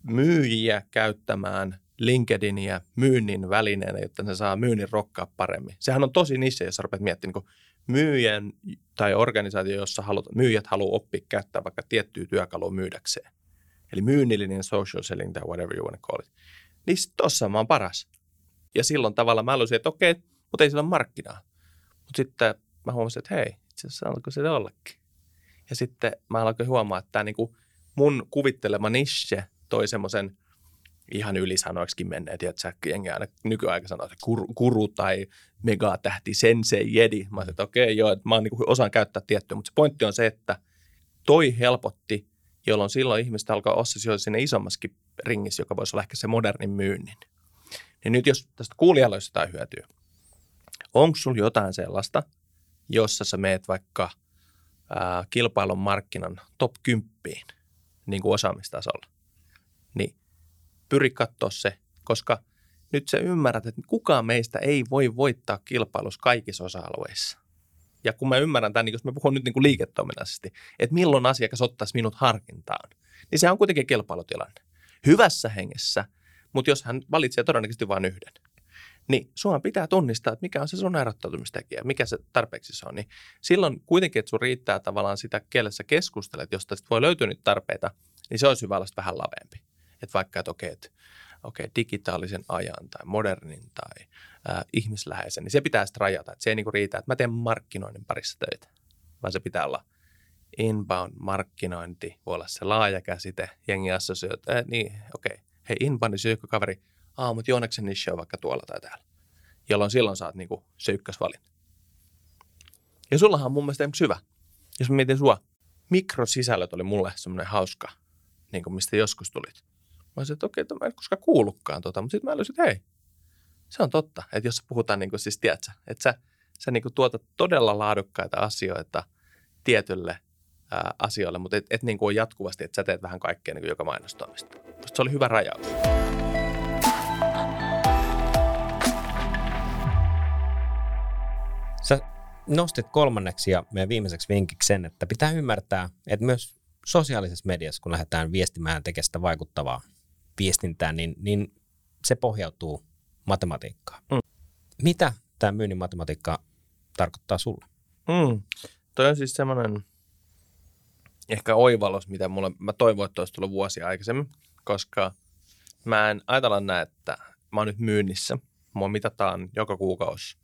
myyjiä käyttämään LinkedInia myynnin välineenä, jotta ne saa myynnin rokkaa paremmin. Sehän on tosi niche, jos rupeat miettimään niin myyjän tai organisaatio, jossa myyjät haluaa oppia käyttää vaikka tiettyä työkalua myydäkseen. Eli myynnillinen social selling tai whatever you want to call it. Niin tossa mä oon paras. Ja silloin tavallaan mä haluaisin, että okei, mutta ei sillä ole markkinaa. Mutta sitten mä huomasin, että hei, itse asiassa alkoi se ollakin. Ja sitten mä alkoin huomaa, että tämä niinku mun kuvittelema niche toi semmoisen ihan ylisanoiksikin menneet, että jengi aina nykyaika sanoo, että guru tai megatähti, sensei, jedi. Mä sanoin, että okei, joo, että mä niinku osaan käyttää tiettyä, mutta se pointti on se, että toi helpotti, jolloin silloin ihmiset alkaa ossisjoida sinne isommaskin ringissä, joka voisi olla ehkä se modernin myynnin. Niin nyt jos tästä kuulijalla olisi jotain hyötyä, onko sulla jotain sellaista, jossa sä meet vaikka kilpailun markkinan top 10 niin kuin osaamistasolla, niin pyri katsoa se, koska nyt sä ymmärrät, että kukaan meistä ei voi voittaa kilpailussa kaikissa osa-alueissa. Ja kun mä ymmärrän tämän, niin jos mä puhun nyt niin kuin liiketoiminnallisesti, että milloin asiakas ottaisi minut harkintaan, niin se on kuitenkin kilpailutilanne. Hyvässä hengessä, mutta jos hän valitsee todennäköisesti vain yhden, niin sunhan pitää tunnistaa, että mikä on se sun erottautumistekijä, mikä se tarpeeksi se on. Niin silloin kuitenkin, että sun riittää tavallaan sitä kielessä keskustelet, josta sitten voi löytyä nyt tarpeita, niin se olisi hyvä olla vähän laveampi. Että vaikka, että okei, digitaalisen ajan tai modernin tai ihmisläheisen, niin se pitää sitten rajata. Että se ei niinku riitä, että mä teen markkinoinnin parissa töitä, vaan se pitää olla inbound-markkinointi, voi olla se laaja käsite, jengi assosioi, hei inbound, se on joku kaveri, mutta Joonaksen niche on vaikka tuolla tai täällä. jolloin silloin saat niin kuin se ykkösvalinta. Ja sullahan on mun mielestä esimerkiksi hyvä. Jos mä mietin sua, mikrosisällöt oli mulle semmoinen hauska, niin kuin mistä joskus tulit. Mä olisin, että okei, mä en koskaan kuullutkaan mutta sitten mä olisin, että hei, se on totta. Että jos puhutaan, niin kuin, siis tiedätkö, että sä niin kuin tuotat todella laadukkaita asioita tietylle asioille, mutta et niin kuin on jatkuvasti, että sä teet vähän kaikkea niin kuin joka mainostoimista. Se oli hyvä rajaus. Sä nostit kolmanneksi ja meidän viimeiseksi vinkiksi sen, että pitää ymmärtää, että myös sosiaalisessa mediassa, kun lähdetään viestimään tekemään sitä vaikuttavaa viestintää, niin se pohjautuu matematiikkaan. Mitä tämä myynnin matematiikka tarkoittaa sulle? Toi on siis semmoinen ehkä oivallus, mitä mä toivon, että olisi tullut vuosia aikaisemmin, koska mä en ajatella näin, että mä oon nyt myynnissä. Mua mitataan joka kuukausi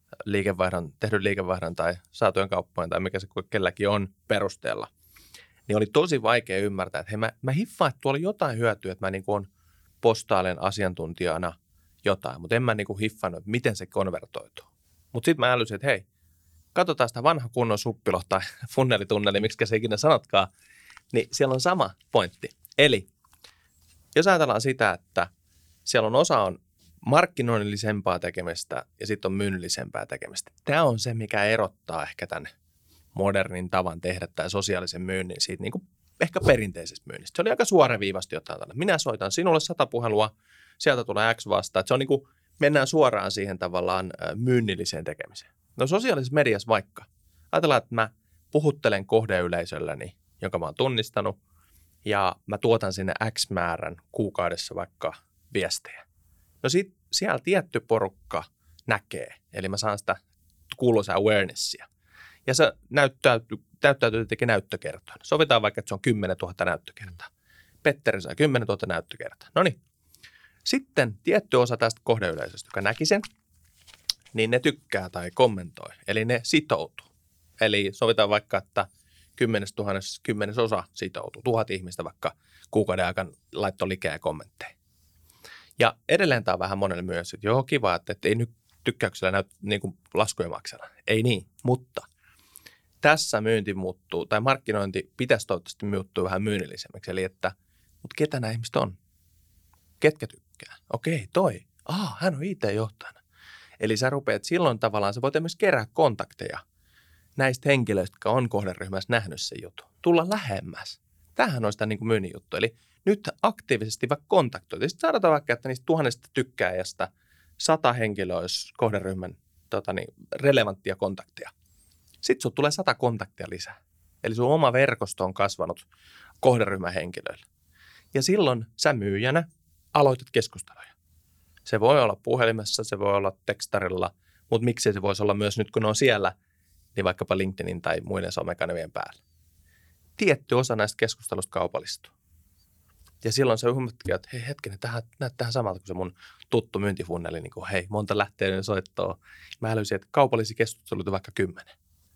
tehdyn liikevaihdon tai saatujen kauppojen tai mikä se kelläkin on perusteella. Niin oli tosi vaikea ymmärtää, että hei, mä hiffaan, että tuolla jotain hyötyä, että mä niin kuin on postailen asiantuntijana jotain, mutta en mä niin kuin hiffannut, että miten se konvertoituu. Mutta sitten mä älysin, että hei, katsotaan sitä vanha kunnon suppilo tai funnelitunneli, miksi se ikinä sanotkaan, niin siellä on sama pointti. Eli jos ajatellaan sitä, että siellä on osa on markkinoinnillisempaa tekemistä ja sitten on myynnillisempää tekemistä. Tämä on se, mikä erottaa ehkä tämän modernin tavan tehdä tai sosiaalisen myynnin siitä niin kuin ehkä perinteisestä myynnistä. Se oli aika suoraviivasti jotain tällä. Minä soitan sinulle 100 puhelua, sieltä tulee X vastaan. Se on niin kuin, mennään suoraan siihen tavallaan myynnilliseen tekemiseen. No sosiaalisessa mediassa vaikka. Ajatellaan, että mä puhuttelen kohdeyleisölläni, jonka mä oon tunnistanut, ja mä tuotan sinne X määrän kuukaudessa vaikka viestejä. No sit siellä tietty porukka näkee, eli mä saan sitä kuuluisaa awarenessia. Ja se näyttäytyy tekee näyttökertoa. Sovitaan vaikka, että se on 10 000 näyttökertaa. Petteri saa 10 000 näyttökertaa. No niin. Sitten tietty osa tästä kohdeyleisöstä, joka näki sen, niin ne tykkää tai kommentoi. Eli ne sitoutuu. Eli sovitaan vaikka, että 10 000 10% sitoutuu. 1000 ihmistä vaikka kuukauden aikana laittoi likeä ja kommentteja. Ja edelleen tämä on vähän monelle myös, että joo, kiva, että ei nyt tykkäyksellä näy niin kuin laskuja maksana. Ei niin, mutta tässä myynti muuttuu, tai markkinointi pitäisi toivottavasti muuttua vähän myynnillisemmäksi. Eli että, mutta ketä nämä ihmiset on? Ketkä tykkää? Okei, hän on IT-johtajana. Eli sä rupeat silloin tavallaan, sä voit myös kerää kontakteja näistä henkilöistä, jotka on kohderyhmässä nähnyt sen jutun. Tulla lähemmäs. Tämähän on sitä niin kuin myynnin juttu. Eli nyt aktiivisesti vaikka kontaktoit. Ja sitten saadaan vaikka, että niistä 1000 tykkääjästä 100 henkilöä olisi kohderyhmän relevanttia kontakteja. Sitten sinulle tulee 100 kontaktia lisää. Eli sun oma verkosto on kasvanut kohderyhmän henkilöillä. Ja silloin sä myyjänä aloitat keskusteluja. Se voi olla puhelimessa, se voi olla tekstarilla, mutta miksei se voisi olla myös nyt, kun ne on siellä, niin vaikkapa LinkedInin tai muiden somekanavien päällä. Tietty osa näistä keskustelusta kaupallistuu. Ja silloin se ymmärtäkin, että hei hetkinen, näyttää samalta kuin se mun tuttu myyntifunneli, niin kuin hei, monta lähtee soittoa. Mä älysin, että kaupallisia keskusteluita vaikka 10.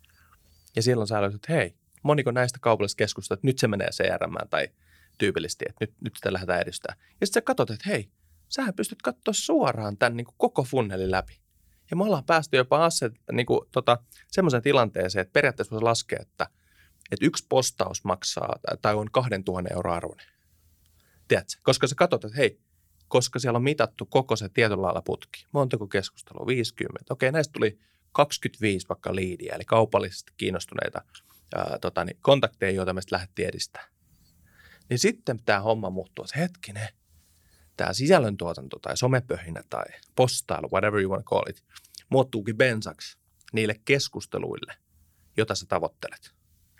Ja silloin sä älysit, että hei, moniko näistä kaupallisista keskusteluista, että nyt se menee CRM:ään tai tyypillisesti, että nyt sitä lähdetään edistämään. Ja sitten sä katsot, että hei, sähän pystyt katsoa suoraan tämän niin kuin koko funnelin läpi. Ja me ollaan päästy jopa semmoiseen tilanteeseen, että periaatteessa voisi laskea, että yksi postaus maksaa tai on 2000 € arvoinen. Tiedätkö? Koska sä katsot, että hei, koska siellä on mitattu koko se tietyllä lailla putki. Montako keskustelua? 50. Okei, näistä tuli 25 vaikka liidiä, eli kaupallisesti kiinnostuneita kontakteja, joita me sitten lähdettiin edistämään. Niin sitten tämä homma muuttuu, että hetkinen, tämä sisällöntuotanto tai somepöhinä tai postailu, whatever you want to call it, muuttuukin bensaksi niille keskusteluille, jota sä tavoittelet.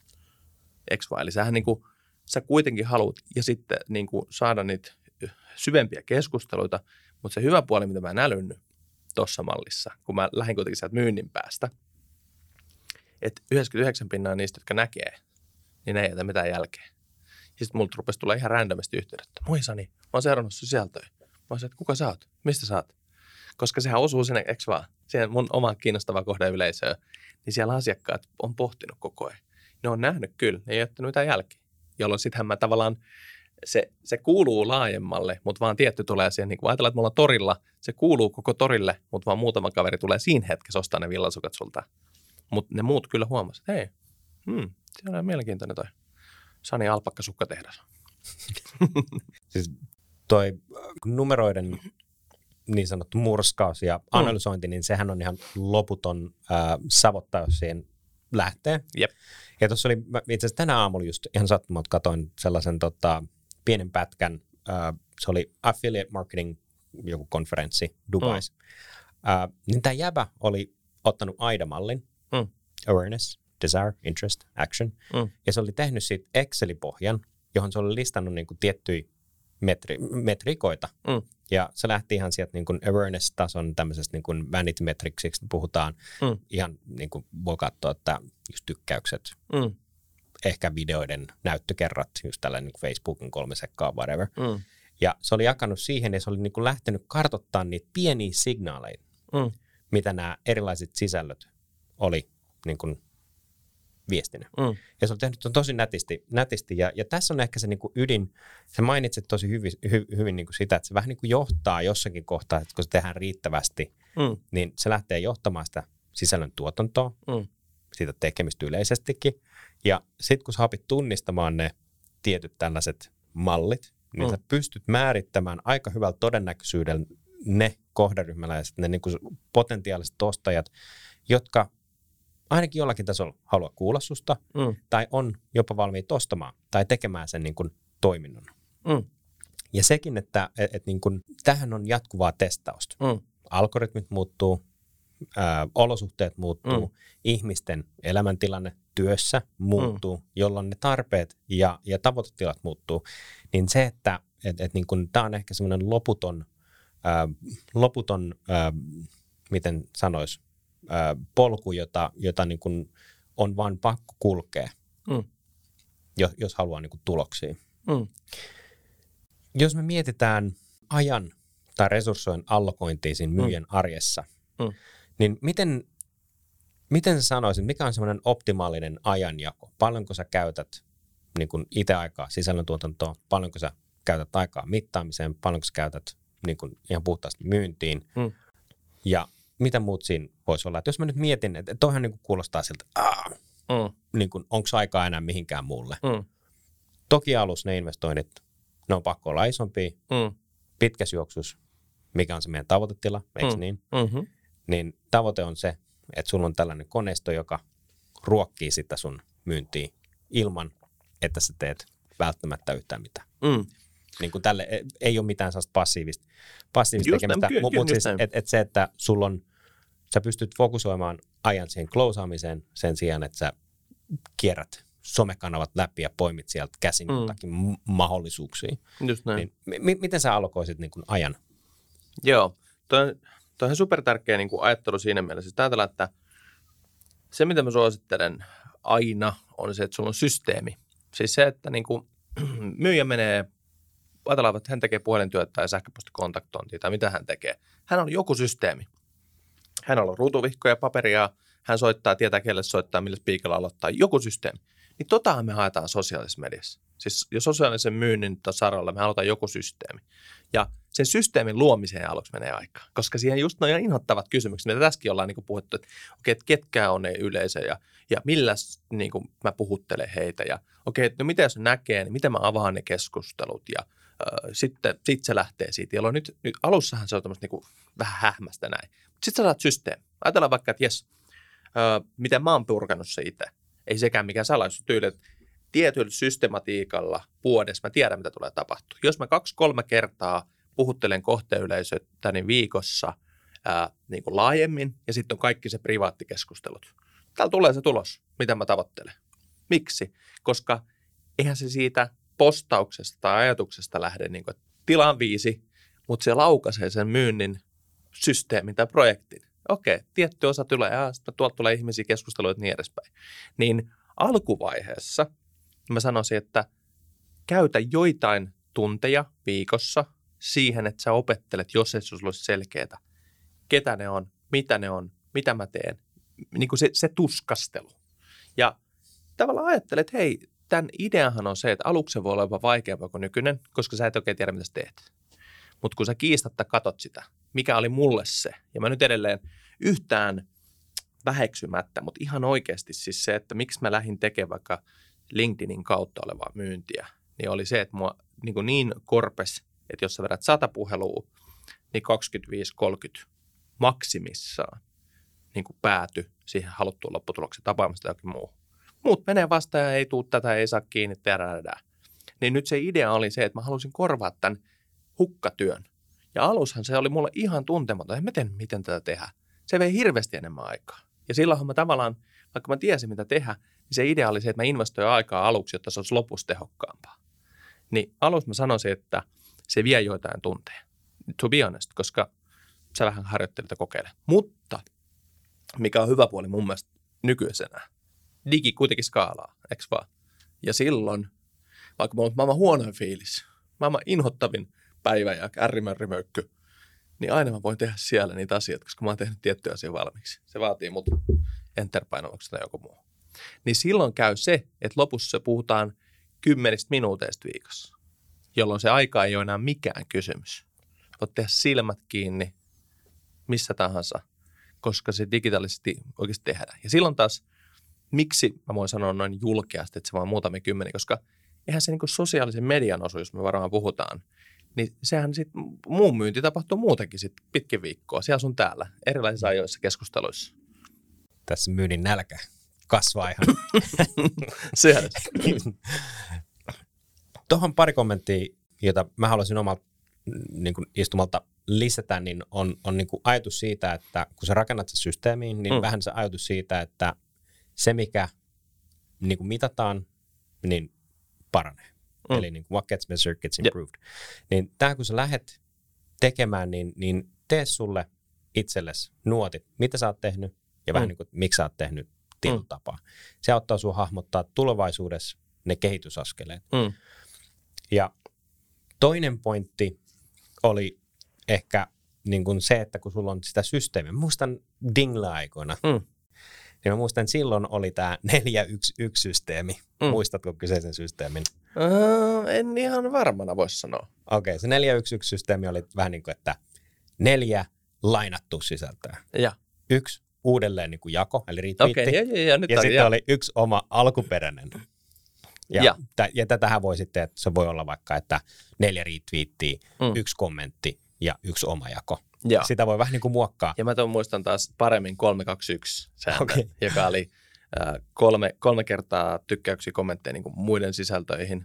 Eikö vai? Eli sähän sä kuitenkin haluat ja sitten saada niitä syvempiä keskusteluita, mutta se hyvä puoli, mitä mä en älynyt tuossa mallissa, kun mä lähdin kuitenkin sieltä myynnin päästä, että 99% niistä, jotka näkee, niin ne ei jätä mitään jälkeä. Ja sitten multa rupesi tulla ihan randomisti yhteydentä. Moi Sani, mä oon seurannut sisältöä. Mä oon että kuka sä oot? Mistä sä oot? Koska sehän osuu sinne, eikö vaan, siihen mun omaan kiinnostavaan kohdeyleisöön, niin siellä asiakkaat on pohtinut koko ajan. Ne on nähnyt kyllä, ne ei jättänyt mitään jälkeä. Jolloin sittenhän mä tavallaan se kuuluu laajemmalle, mutta vaan tietty tulee siihen, niin kun ajatellaan, että me ollaan torilla, se kuuluu koko torille, mutta vaan muutama kaveri tulee siinä hetkessä ostaa ne villasukat sulta. Mutta ne muut kyllä huomasivat, että hei, se on mielenkiintoinen toi Sani Alpakka sukkatehdas. Siis toi numeroiden niin sanottu murskaus ja analysointi, niin sehän on ihan loputon savottaa, jos siihen lähtee. Jep. Ja tuossa oli, itse asiassa tänä aamulla just ihan sattumalta katoin sellaisen pienen pätkän, se oli Affiliate Marketing joku konferenssi Dubais. Niin tämä jäbä oli ottanut AIDA-mallin, Awareness, Desire, Interest, Action, ja se oli tehnyt siitä Excel-pohjan, johon se oli listannut niin kuin tiettyjä metrikoita. Ja se lähti ihan sieltä niin kuin awareness-tason tämmöisestä niin kuin vanity metricsiksi puhutaan. Ihan niin kuin voi katsoa, että just tykkäykset, ehkä videoiden näyttökerrat, just tällainen niin kuin Facebookin 3 sekkaa, whatever. Ja se oli jakanut siihen ja se oli niin kuin lähtenyt kartoittamaan niitä pieniä signaaleja, mitä nämä erilaiset sisällöt oli niin kuin viestinä. Ja se on tehnyt tosi nätisti ja tässä on ehkä se niin kuin ydin, sä mainitsit tosi hyvin niin kuin sitä, että se vähän niin kuin johtaa jossakin kohtaa, että kun se tehdään riittävästi, niin se lähtee johtamaan sitä sisällön tuotantoa, siitä tekemistä yleisestikin, ja sitten kun sä opit tunnistamaan ne tietyt tällaiset mallit, niin sä pystyt määrittämään aika hyvällä todennäköisyydellä ne kohderyhmäläiset, ne niin kuin potentiaaliset ostajat, jotka ainakin jollakin tasolla haluaa kuulla susta, tai on jopa valmiit ostamaan tai tekemään sen niin kuin toiminnon. Ja sekin, että niin kuin, tähän on jatkuvaa testausta. Algoritmit muuttuu, olosuhteet muuttuu, ihmisten elämäntilanne työssä muuttuu, jolloin ne tarpeet ja tavoitetilat muuttuu. Niin se, että niin kuin, tämä on ehkä semmoinen loputon miten sanoisi, polku, jota niin kuin on vaan pakko kulkea, jos haluaa niin kuin tuloksia. Jos me mietitään ajan tai resurssojen allokointia siinä myyjän arjessa, niin miten sä sanoisit, mikä on semmoinen optimaalinen ajanjako? Paljonko sä käytät niin kuin itse aikaa sisällöntuotantoon, paljonko sä käytät aikaa mittaamiseen, paljonko sä käytät niin kuin ihan puhtaasti myyntiin, ja mitä muut siinä voisi olla? Että jos mä nyt mietin, että toihan niin kuin kuulostaa siltä, niin kuin, onko aikaa enää mihinkään muulle. Toki alussa ne investoinnit, ne on pakko olla isompia. Pitkäs juoksus, mikä on se meidän tavoitetila, eikö niin? Niin tavoite on se, että sulla on tällainen koneisto, joka ruokkii sitä sun myyntiä ilman, että sä teet välttämättä yhtään mitään. Niin kuin tälle ei ole mitään sellaista passiivista tekemistä, mutta siis, että se, että sulla on, sä pystyt fokusoimaan ajan siihen closeaamiseen sen sijaan, että sä kierrät somekanavat läpi ja poimit sieltä käsin jotakin mahdollisuuksia. Just näin. Niin, miten sä allokoisit niin kuin ajan? Joo, toi on super tärkeä niin kuin ajattelu siinä mielessä. Siis ajatellaan, että se, mitä mä suosittelen aina, on se, että sulla on systeemi. Siis se, että niin kuin myyjä menee, ajatellaan, että hän tekee puhelintyötä tai sähköpostikontaktointia tai mitä hän tekee. Hän on joku systeemi. Hän on ruutuvihkoja, paperia, hän soittaa, tietää kelle soittaa, millä spiikalla aloittaa, joku systeemi. Niin totahan me haetaan sosiaalisessa mediassa. Siis jos sosiaalisen myynnin saralla me halutaan joku systeemi. Ja sen systeemin luomiseen aluksi menee aikaa, koska siihen just noin inhottavat kysymykset, mitä tässäkin ollaan niin kuin puhuttu, että okei, että ketkä on ne yleisö ja millä niin kuin mä puhuttelen heitä ja okei, että no mitä jos näkee, niin miten mä avaan ne keskustelut ja sitten se lähtee siitä, jolloin nyt alussahan se on tämmöistä niin kuin vähän hähmästä näin. Mutta sitten sä saat systeemi. Ajatellaan vaikka, että jes, miten mä oon purkanut se itse. Ei sekään mikään salaisuus tyyli, että tietyllä systematiikalla vuodessa mä tiedän, mitä tulee tapahtua. Jos mä 2-3 kertaa puhuttelen kohteyleisötä niin viikossa niin kuin laajemmin ja sitten on kaikki se privaattikeskustelut. Täällä tulee se tulos, mitä mä tavoittelen. Miksi? Koska eihän se siitä postauksesta tai ajatuksesta lähde niin kuin, tilaan 5, mutta se laukaisee sen myynnin systeemin tai projektin. Okei, tietty osa tulee ja sitten tuolta tulee ihmisiä keskusteluja niin edespäin. Niin alkuvaiheessa mä sanoisin, että käytä joitain tunteja viikossa siihen, että sä opettelet, jos ei sulla olisi selkeää, ketä ne on, mitä mä teen, niin kuin se tuskastelu. Ja tavallaan ajattelet, että hei, tämän ideahan on se, että aluksi se voi olla jopa vaikeampaa kuin nykyinen, koska sä et oikein tiedä, mitä sä teet. Mutta kun sä kiistatta katot sitä, mikä oli mulle se, ja mä nyt edelleen yhtään väheksymättä, mutta ihan oikeasti siis se, että miksi mä lähdin tekemään vaikka LinkedInin kautta olevaa myyntiä, niin oli se, että mua niin korpes, että jos sä vedät 100 puhelua, niin 25-30 maksimissaan niin kuin pääty siihen haluttuun lopputulokseen tapaamasta jokin muu. Muut menee vastaan ja ei tuu tätä, ei saa kiinni, Niin nyt se idea oli se, että mä halusin korvaa tämän hukkatyön. Ja alushan se oli mulle ihan tuntematon. En mä tiedä, miten tätä tehdään. Se vei hirveästi enemmän aikaa. Ja silloinhan mä tavallaan, vaikka mä tiesin mitä tehdä, niin se idea oli se, että mä investoin aikaa aluksi, jotta se olisi lopussa tehokkaampaa. Niin alussa mä sanoisin, että se vie joitain tunteja. To be honest, koska sä vähän harjoittelit ja kokeilet. Mutta mikä on hyvä puoli mun mielestä nykyisenä, digi kuitenkin skaalaa, eikö vaan? Ja silloin, vaikka mulla on maailman huonoin fiilis, maailman inhottavin päivä ja ärrimörrimöykky, niin aina mä voin tehdä siellä niitä asioita, koska mä oon tehnyt tiettyjä asioita valmiiksi. Se vaatii mut enter-painalluksesta tai joku muu. Niin silloin käy se, että lopussa puhutaan 10 minuuteista viikossa, jolloin se aika ei ole enää mikään kysymys. Voit tehdä silmät kiinni missä tahansa, koska se digitaalisesti oikeasti tehdään. Ja silloin taas, miksi mä voin sanoa noin julkeasti, että se vaan muutamia kymmeniä, koska eihän se niin kuin sosiaalisen median osuus, jos me varmaan puhutaan, niin sehän sitten muun myynti tapahtuu muutenkin sitten pitkin viikkoa, siellä sun täällä, erilaisissa ajoissa keskusteluissa. Tässä myynnin nälkä kasvaa ihan. Sehän. Tuohon pari kommenttia, jota mä haluaisin omalta niin kuin istumalta lisätä, niin on niin kuin ajatus siitä, että kun sä rakennat se systeemiin, niin vähän se ajatus siitä, että se mikä niin kuin mitataan, niin paranee. Eli niin kuin what gets measured gets improved. Niin tämä kun sä lähdet tekemään, niin tee sulle itsellesi nuotit, mitä sä oot tehnyt ja vähän niin kuin miksi sä oot tehnyt tietyllä tapaa. Se auttaa sun hahmottaa tulevaisuudessa ne kehitysaskeleet. Ja toinen pointti oli ehkä niin kuin se, että kun sulla on sitä systeemiä. Mä muistan Dingle-aikoina. Niin mä muistan, että silloin oli tämä 4-1-1-systeemi. Muistatko kyseisen systeemin? En ihan varmana voisi sanoa. Okei, se 4-1-1-systeemi oli vähän niin kuin, että 4 lainattua sisältöä. Ja 1 uudelleen niin kuin jako, eli retweetti. Okei, ja sitten oli 1 oma alkuperäinen. Ja tätähän voi sitten, että se voi olla vaikka, että 4 retweettiä, 1 kommentti ja 1 oma jako. Ja. Sitä voi vähän niin kuin muokkaa. Ja mä muistan taas paremmin 3-2-1 sääntö, joka oli 3 kertaa tykkäyksiä kommentteja niin kuin muiden sisältöihin,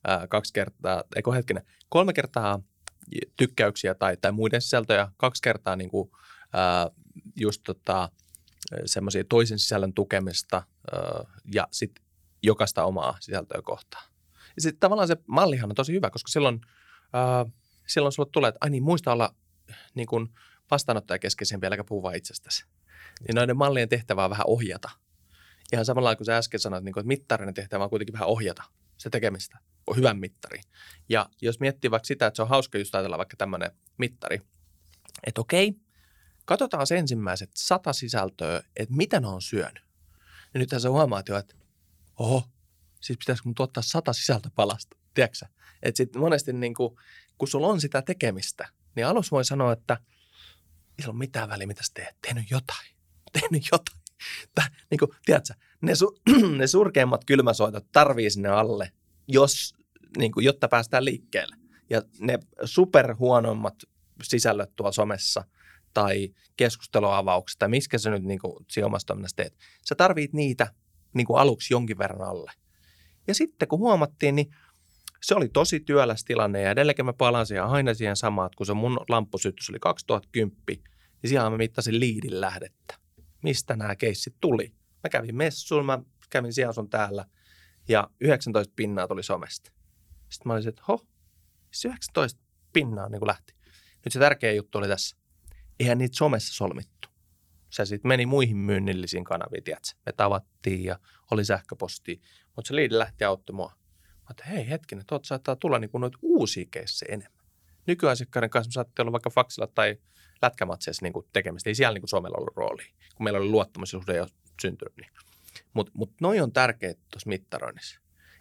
3 kertaa tykkäyksiä tai muiden sisältöjä, 2 kertaa niin kuin, just semmoisia toisen sisällön tukemista ja sitten jokaista omaa sisältöä kohtaan. Ja sitten tavallaan se mallihan on tosi hyvä, koska silloin sulle tulee, että muista olla niin kuin vastaanottajakeskeisempi, äläkä puhu vaan itsestäsi. Niin noiden mallien tehtävä on vähän ohjata. Ihan samalla lailla kuin sä äsken sanoit, että mittarinen tehtävä on kuitenkin vähän ohjata se tekemistä. On hyvän mittari. Ja jos miettii vaikka sitä, että se on hauska just ajatella vaikka tämmöinen mittari, että okei, katsotaan se ensimmäiset 100 sisältöä, että mitä ne on syönyt. Ja nythän sä huomaat jo, että siis pitäisikö mun tuottaa 100 sisältöpalasta, tiedätkö sä? Että sitten monesti niin kun sulla on sitä tekemistä, niin alussa voi sanoa, että ei ole mitään väliä, mitä sä teet. Tehnyt jotain. Niin kuin, tiedätkö, ne surkeimmat kylmäsoitot tarvii sinne alle, jotta päästään liikkeelle. Ja ne superhuonommat sisällöt tuolla somessa tai keskusteluavaukset tai miskä sä nyt niin siinä omassa toiminnassa teet, sä tarvit niitä niin kuin aluksi jonkin verran alle. Ja sitten kun huomattiin, niin se oli tosi työläs tilanne ja edelleen mä palasin aina siihen samaan, että kun se mun lamppusytys oli 2010, niin siellä mä mittasin liidin lähdettä. Mistä nämä keissit tuli? Mä kävin messuun, mä kävin siellä sun täällä ja 19 pinnaa tuli somesta. Sitten mä olisin, että 19 pinnaa niin kuin lähti. Nyt se tärkeä juttu oli tässä. Eihän niitä somessa solmittu. Se sitten meni muihin myynnillisiin kanaviin, tiedätkö? Me tavattiin ja oli sähköpostia, mutta se liidi lähti auttoi mua. Mä että hei hetkinen, tuolta saattaa tulla niin kuin noita uusia keissejä enemmän. Nykyasiakkaiden kanssa me saatte olla vaikka faksilla tai lätkämatseissa niin kuin tekemistä. Ei siellä niin kuin somella ollut roolia, kun meillä oli luottamus, jos ei ole syntynyt. Niin. Mutta noi on tärkeitä tuossa mittaroinnissa.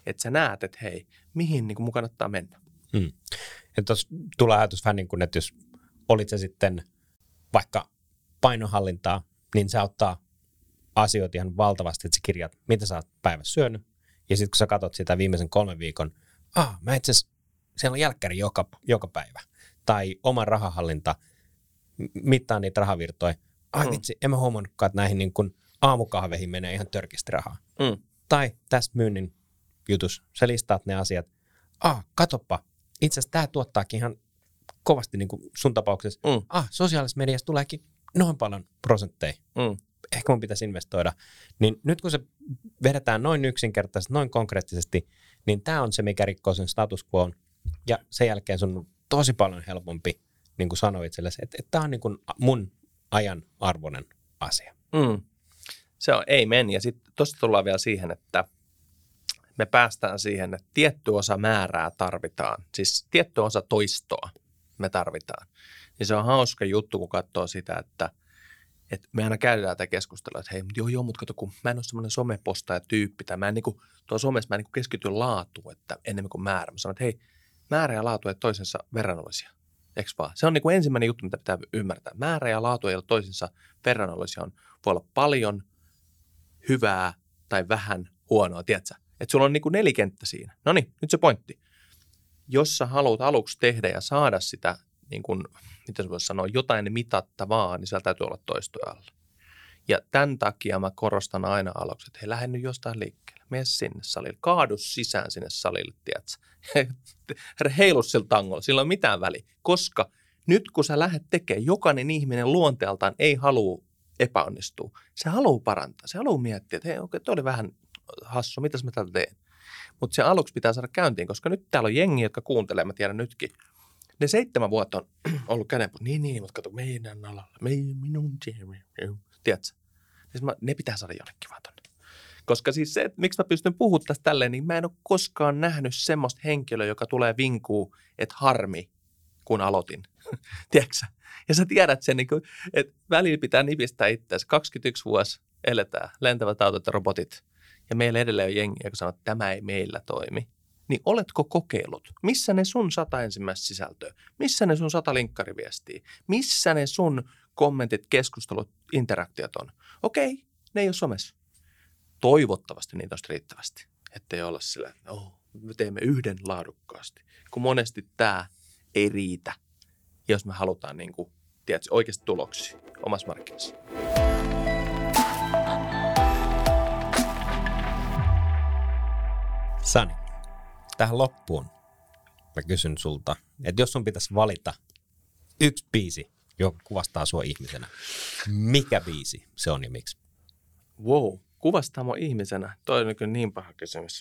että sä näet, että hei, mihin niin kuin mun kannattaa mennä. Ja tuossa tulee ajatus vähän niin kuin, että jos olit se sitten vaikka painonhallintaa, niin se auttaa asioita ihan valtavasti, että sä kirjaat, mitä sä oot päivässä syönyt. Ja sitten kun sä katsot sitä viimeisen 3 viikon, mä itse asiassa, siellä on jälkkäri joka päivä. Tai oman rahahallinta, mittaa niitä rahavirtoja. Vitsi, en mä huomannutkaan, että näihin niin kuin aamukahveihin menee ihan törkisti rahaa. Tai tässä myynnin jutus, sä listaat ne asiat. Katoppa, itse asiassa tää tuottaakin ihan kovasti niin kuin sun tapauksessa. Sosiaalisessa mediassa tuleekin noin paljon prosentteja. Ehkä mun pitäisi investoida. Niin nyt kun se vedetään noin yksinkertaisesti, noin konkreettisesti, niin tää on se, mikä rikkoo sen status quoon. Ja sen jälkeen sun on tosi paljon helpompi niin kuin sanoa itsellesi, että tää on niin kuin mun ajan arvoinen asia. Se on amen. Ja sitten tuosta tullaan vielä siihen, että me päästään siihen, että tietty osa määrää tarvitaan. Siis tietty osa toistoa me tarvitaan. Niin se on hauska juttu, kun katsoo sitä, että me aina käydään tätä keskustelua, että hei, mutta kato, kun mä en ole semmoinen somepostaaja-tyyppi, tai mä en niinku, tuolla somessa mä en niinku keskity laatuun, että enemmän kuin määrä. Mä sanon, että hei, määrä ja laatu ei ole toisensa verrannollisia. Eikö vaan? Se on niinku ensimmäinen juttu, mitä pitää ymmärtää. Määrä ja laatu ei ole toisensa verrannollisia. Voi olla paljon hyvää tai vähän huonoa, tiedätkö? Että sulla on niinku 4 kenttä siinä. No niin, nyt se pointti. Jos sä haluat aluksi tehdä ja saada sitä, niin kuin, miten se voisi sanoa, jotain mitattavaa, niin siellä täytyy olla toistoja alla. Ja tämän takia mä korostan aina aluksi, että hei, lähde nyt jostain liikkeelle. Mene sinne salille. Kaadu sisään sinne salille, tiedätkö? Heilu sillä tangolla. Sillä ei ole mitään väliä. Koska nyt kun sä lähdet tekemään, jokainen ihminen luonteeltaan ei halua epäonnistua. Se haluaa parantaa. Se haluaa miettiä, että hei, okei, toi oli vähän hassu. Mitäs mä täältä teen? Mutta se aluksi pitää saada käyntiin, koska nyt täällä on jengi, jotka kuuntelee, mä tiedän nytkin. Ne 7 vuotta on ollut kädenpuu. Niin, mutta kato, meidän alalla, minun tiedätkö? Ne pitää saada jonnekin vaan tonne. Koska siis se, että miksi mä pystyn puhumaan tästä tälleen, niin mä en ole koskaan nähnyt semmoista henkilöä, joka tulee vinkuu, että harmi, kun aloitin. Tiedätkö? Ja sä tiedät sen, että välillä pitää nipistää itseäsi. 21 vuosi eletään, lentävät autot ja robotit. Ja meillä edelleen on jengi, joka sanoo, että tämä ei meillä toimi. Niin oletko kokeillut? Missä ne sun 100 ensimmäistä sisältöä? Missä ne sun 100 linkkariviestiä? Missä ne sun kommentit, keskustelut, interaktiot on? Okei, ne ei ole somessa. Toivottavasti niitä olisi riittävästi. Ettei olla sillä, että me teemme yhden laadukkaasti. Kun monesti tämä ei riitä, jos me halutaan niin kuin, tiedätkö, oikeasti tuloksia omassa markkinassa. Sani, tähän loppuun mä kysyn sulta, että jos sun pitäisi valita yksi biisi, joka kuvastaa sua ihmisenä, mikä biisi se on ja miksi? Wow, kuvastaa mua ihmisenä? Toi on kyllä niin paha kysymys.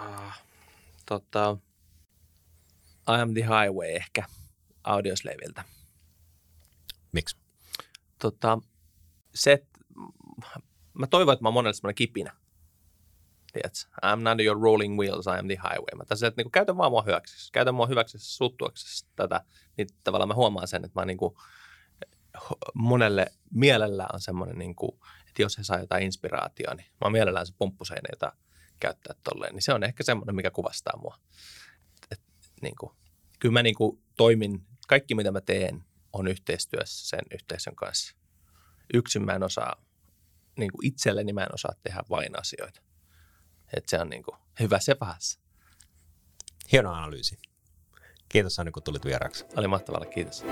I Am The Highway ehkä Audioslaveltä. Miksi? Mä toivon, että mä oon monelle semmoinen kipinä. Tiedätkö? I'm not your rolling wheels, I am the highway. Mä tässä, että niin käytän vaan mua hyväksesi. Käytän mua hyväksesi suuttuaksesi tätä. Niin tavallaan mä huomaan sen, että mä niin kuin, monelle mielellään on semmoinen, niin kuin, että jos he saa jotain inspiraatiota, niin mä oon mielellään se pumppuseinen, jota käyttää tolleen. Niin se on ehkä semmoinen, mikä kuvastaa mua. Niin kuin, kyllä mä niin kuin toimin, kaikki mitä mä teen on yhteistyössä sen yhteisön kanssa. Yksin mä en osaa, niin kuin itselleni mä en osaa tehdä vain asioita. Että se on niin kuin hyvä se pahassa. Hieno analyysi. Kiitos Sani, kun tulit vieraksi. Oli mahtavaa, kiitos.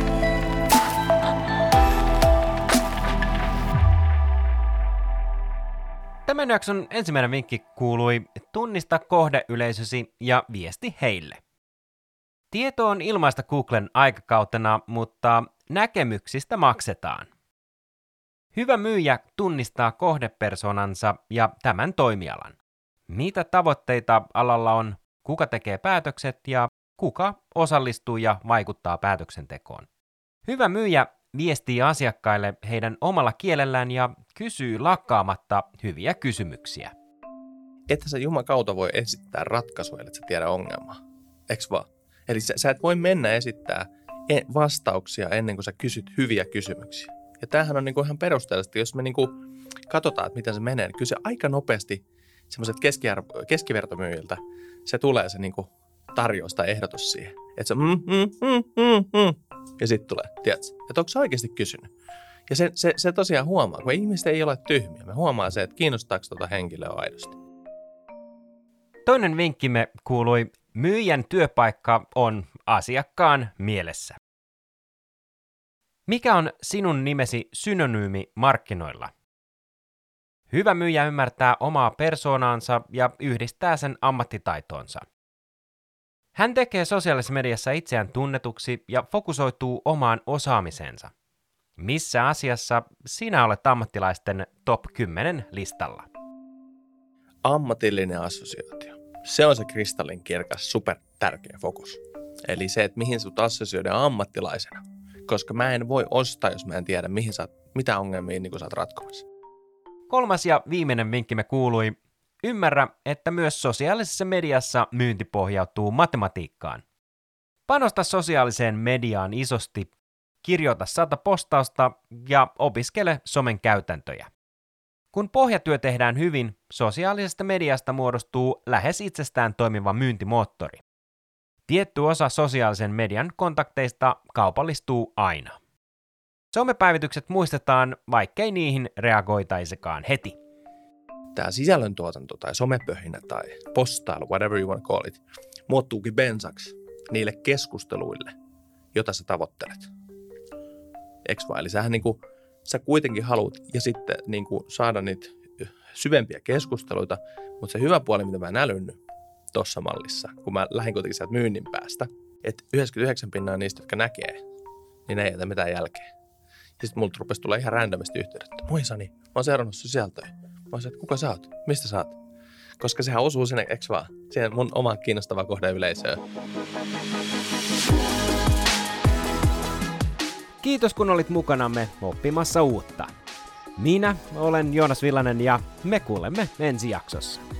Tämän jakson ensimmäinen vinkki kuului: tunnista kohdeyleisösi ja viesti heille. Tieto on ilmaista Googlen aikakautena, mutta näkemyksistä maksetaan. Hyvä myyjä tunnistaa kohdepersonansa ja tämän toimialan. Mitä tavoitteita alalla on, kuka tekee päätökset ja kuka osallistuu ja vaikuttaa päätöksentekoon. Hyvä myyjä viestii asiakkaille heidän omalla kielellään ja kysyy lakkaamatta hyviä kysymyksiä. Että sä jumakauta voi esittää ratkaisuja, että sä tiedä ongelmaa. Eiks vaan? Eli sä et voi mennä esittää vastauksia ennen kuin sä kysyt hyviä kysymyksiä. Ja tämähän on niinku ihan perusteellisesti, jos me niinku katsotaan, että miten se menee, niin kyllä se aika nopeasti semmoiset keskivertomyyjiltä, se tulee se niinku tarjous tai ehdotus siihen. Että se ja sitten tulee, tiedätkö? Että onko se oikeasti kysynyt? Ja se tosiaan huomaa, kun ihmiset ei ole tyhmiä. Me huomaa se, että kiinnostaako tuota henkilöä aidosti. Toinen vinkkimme kuului, myyjän työpaikka on asiakkaan mielessä. Mikä on sinun nimesi synonyymi markkinoilla? Hyvä myyjä ymmärtää omaa persoonaansa ja yhdistää sen ammattitaitoonsa. Hän tekee sosiaalisessa mediassa itseään tunnetuksi ja fokusoituu omaan osaamiseensa. Missä asiassa sinä olet ammattilaisten top 10 listalla? Ammatillinen assosioitio. Se on se kristallinkirkas, super tärkeä fokus. Eli se, että mihin sut assosioidaan ammattilaisena. Koska mä en voi ostaa, jos mä en tiedä, mitä ongelmia niin sä oot ratkomassa. Kolmas ja viimeinen vinkkimme kuului, ymmärrä, että myös sosiaalisessa mediassa myynti pohjautuu matematiikkaan. Panosta sosiaaliseen mediaan isosti, kirjoita 100 postausta ja opiskele somen käytäntöjä. Kun pohjatyö tehdään hyvin, sosiaalisesta mediasta muodostuu lähes itsestään toimiva myyntimoottori. Tietty osa sosiaalisen median kontakteista kaupallistuu aina. Somepäivitykset muistetaan, vaikkei niihin reagoitaisikaan heti. Tämä sisällöntuotanto tai somepöhinä tai postailu, whatever you want to call it, muuttuukin bensaksi niille keskusteluille, jota sä tavoittelet. Eiks vaan? Eli sä kuitenkin haluat ja sitten saada niitä syvempiä keskusteluita, mutta se hyvä puoli, mitä mä en älynnyt tuossa mallissa, kun mä lähdin kuitenkin sieltä myynnin päästä, että 99% niistä, jotka näkee, niin ne ei jätä mitään jälkeen. Ja sitten multa rupesi tulla ihan randomisti yhteydet. Moi Sani, mä oon seurannut sisältöä. Mä oon että kuka sä oot? Mistä sä oot? Koska sehän osuu sinne, eks vaan? Siihen mun omaan kiinnostavaa kohdeyleisöön. Kiitos kun olit mukanamme oppimassa uutta. Minä olen Joonas Villanen ja me kuulemme ensi jaksossa.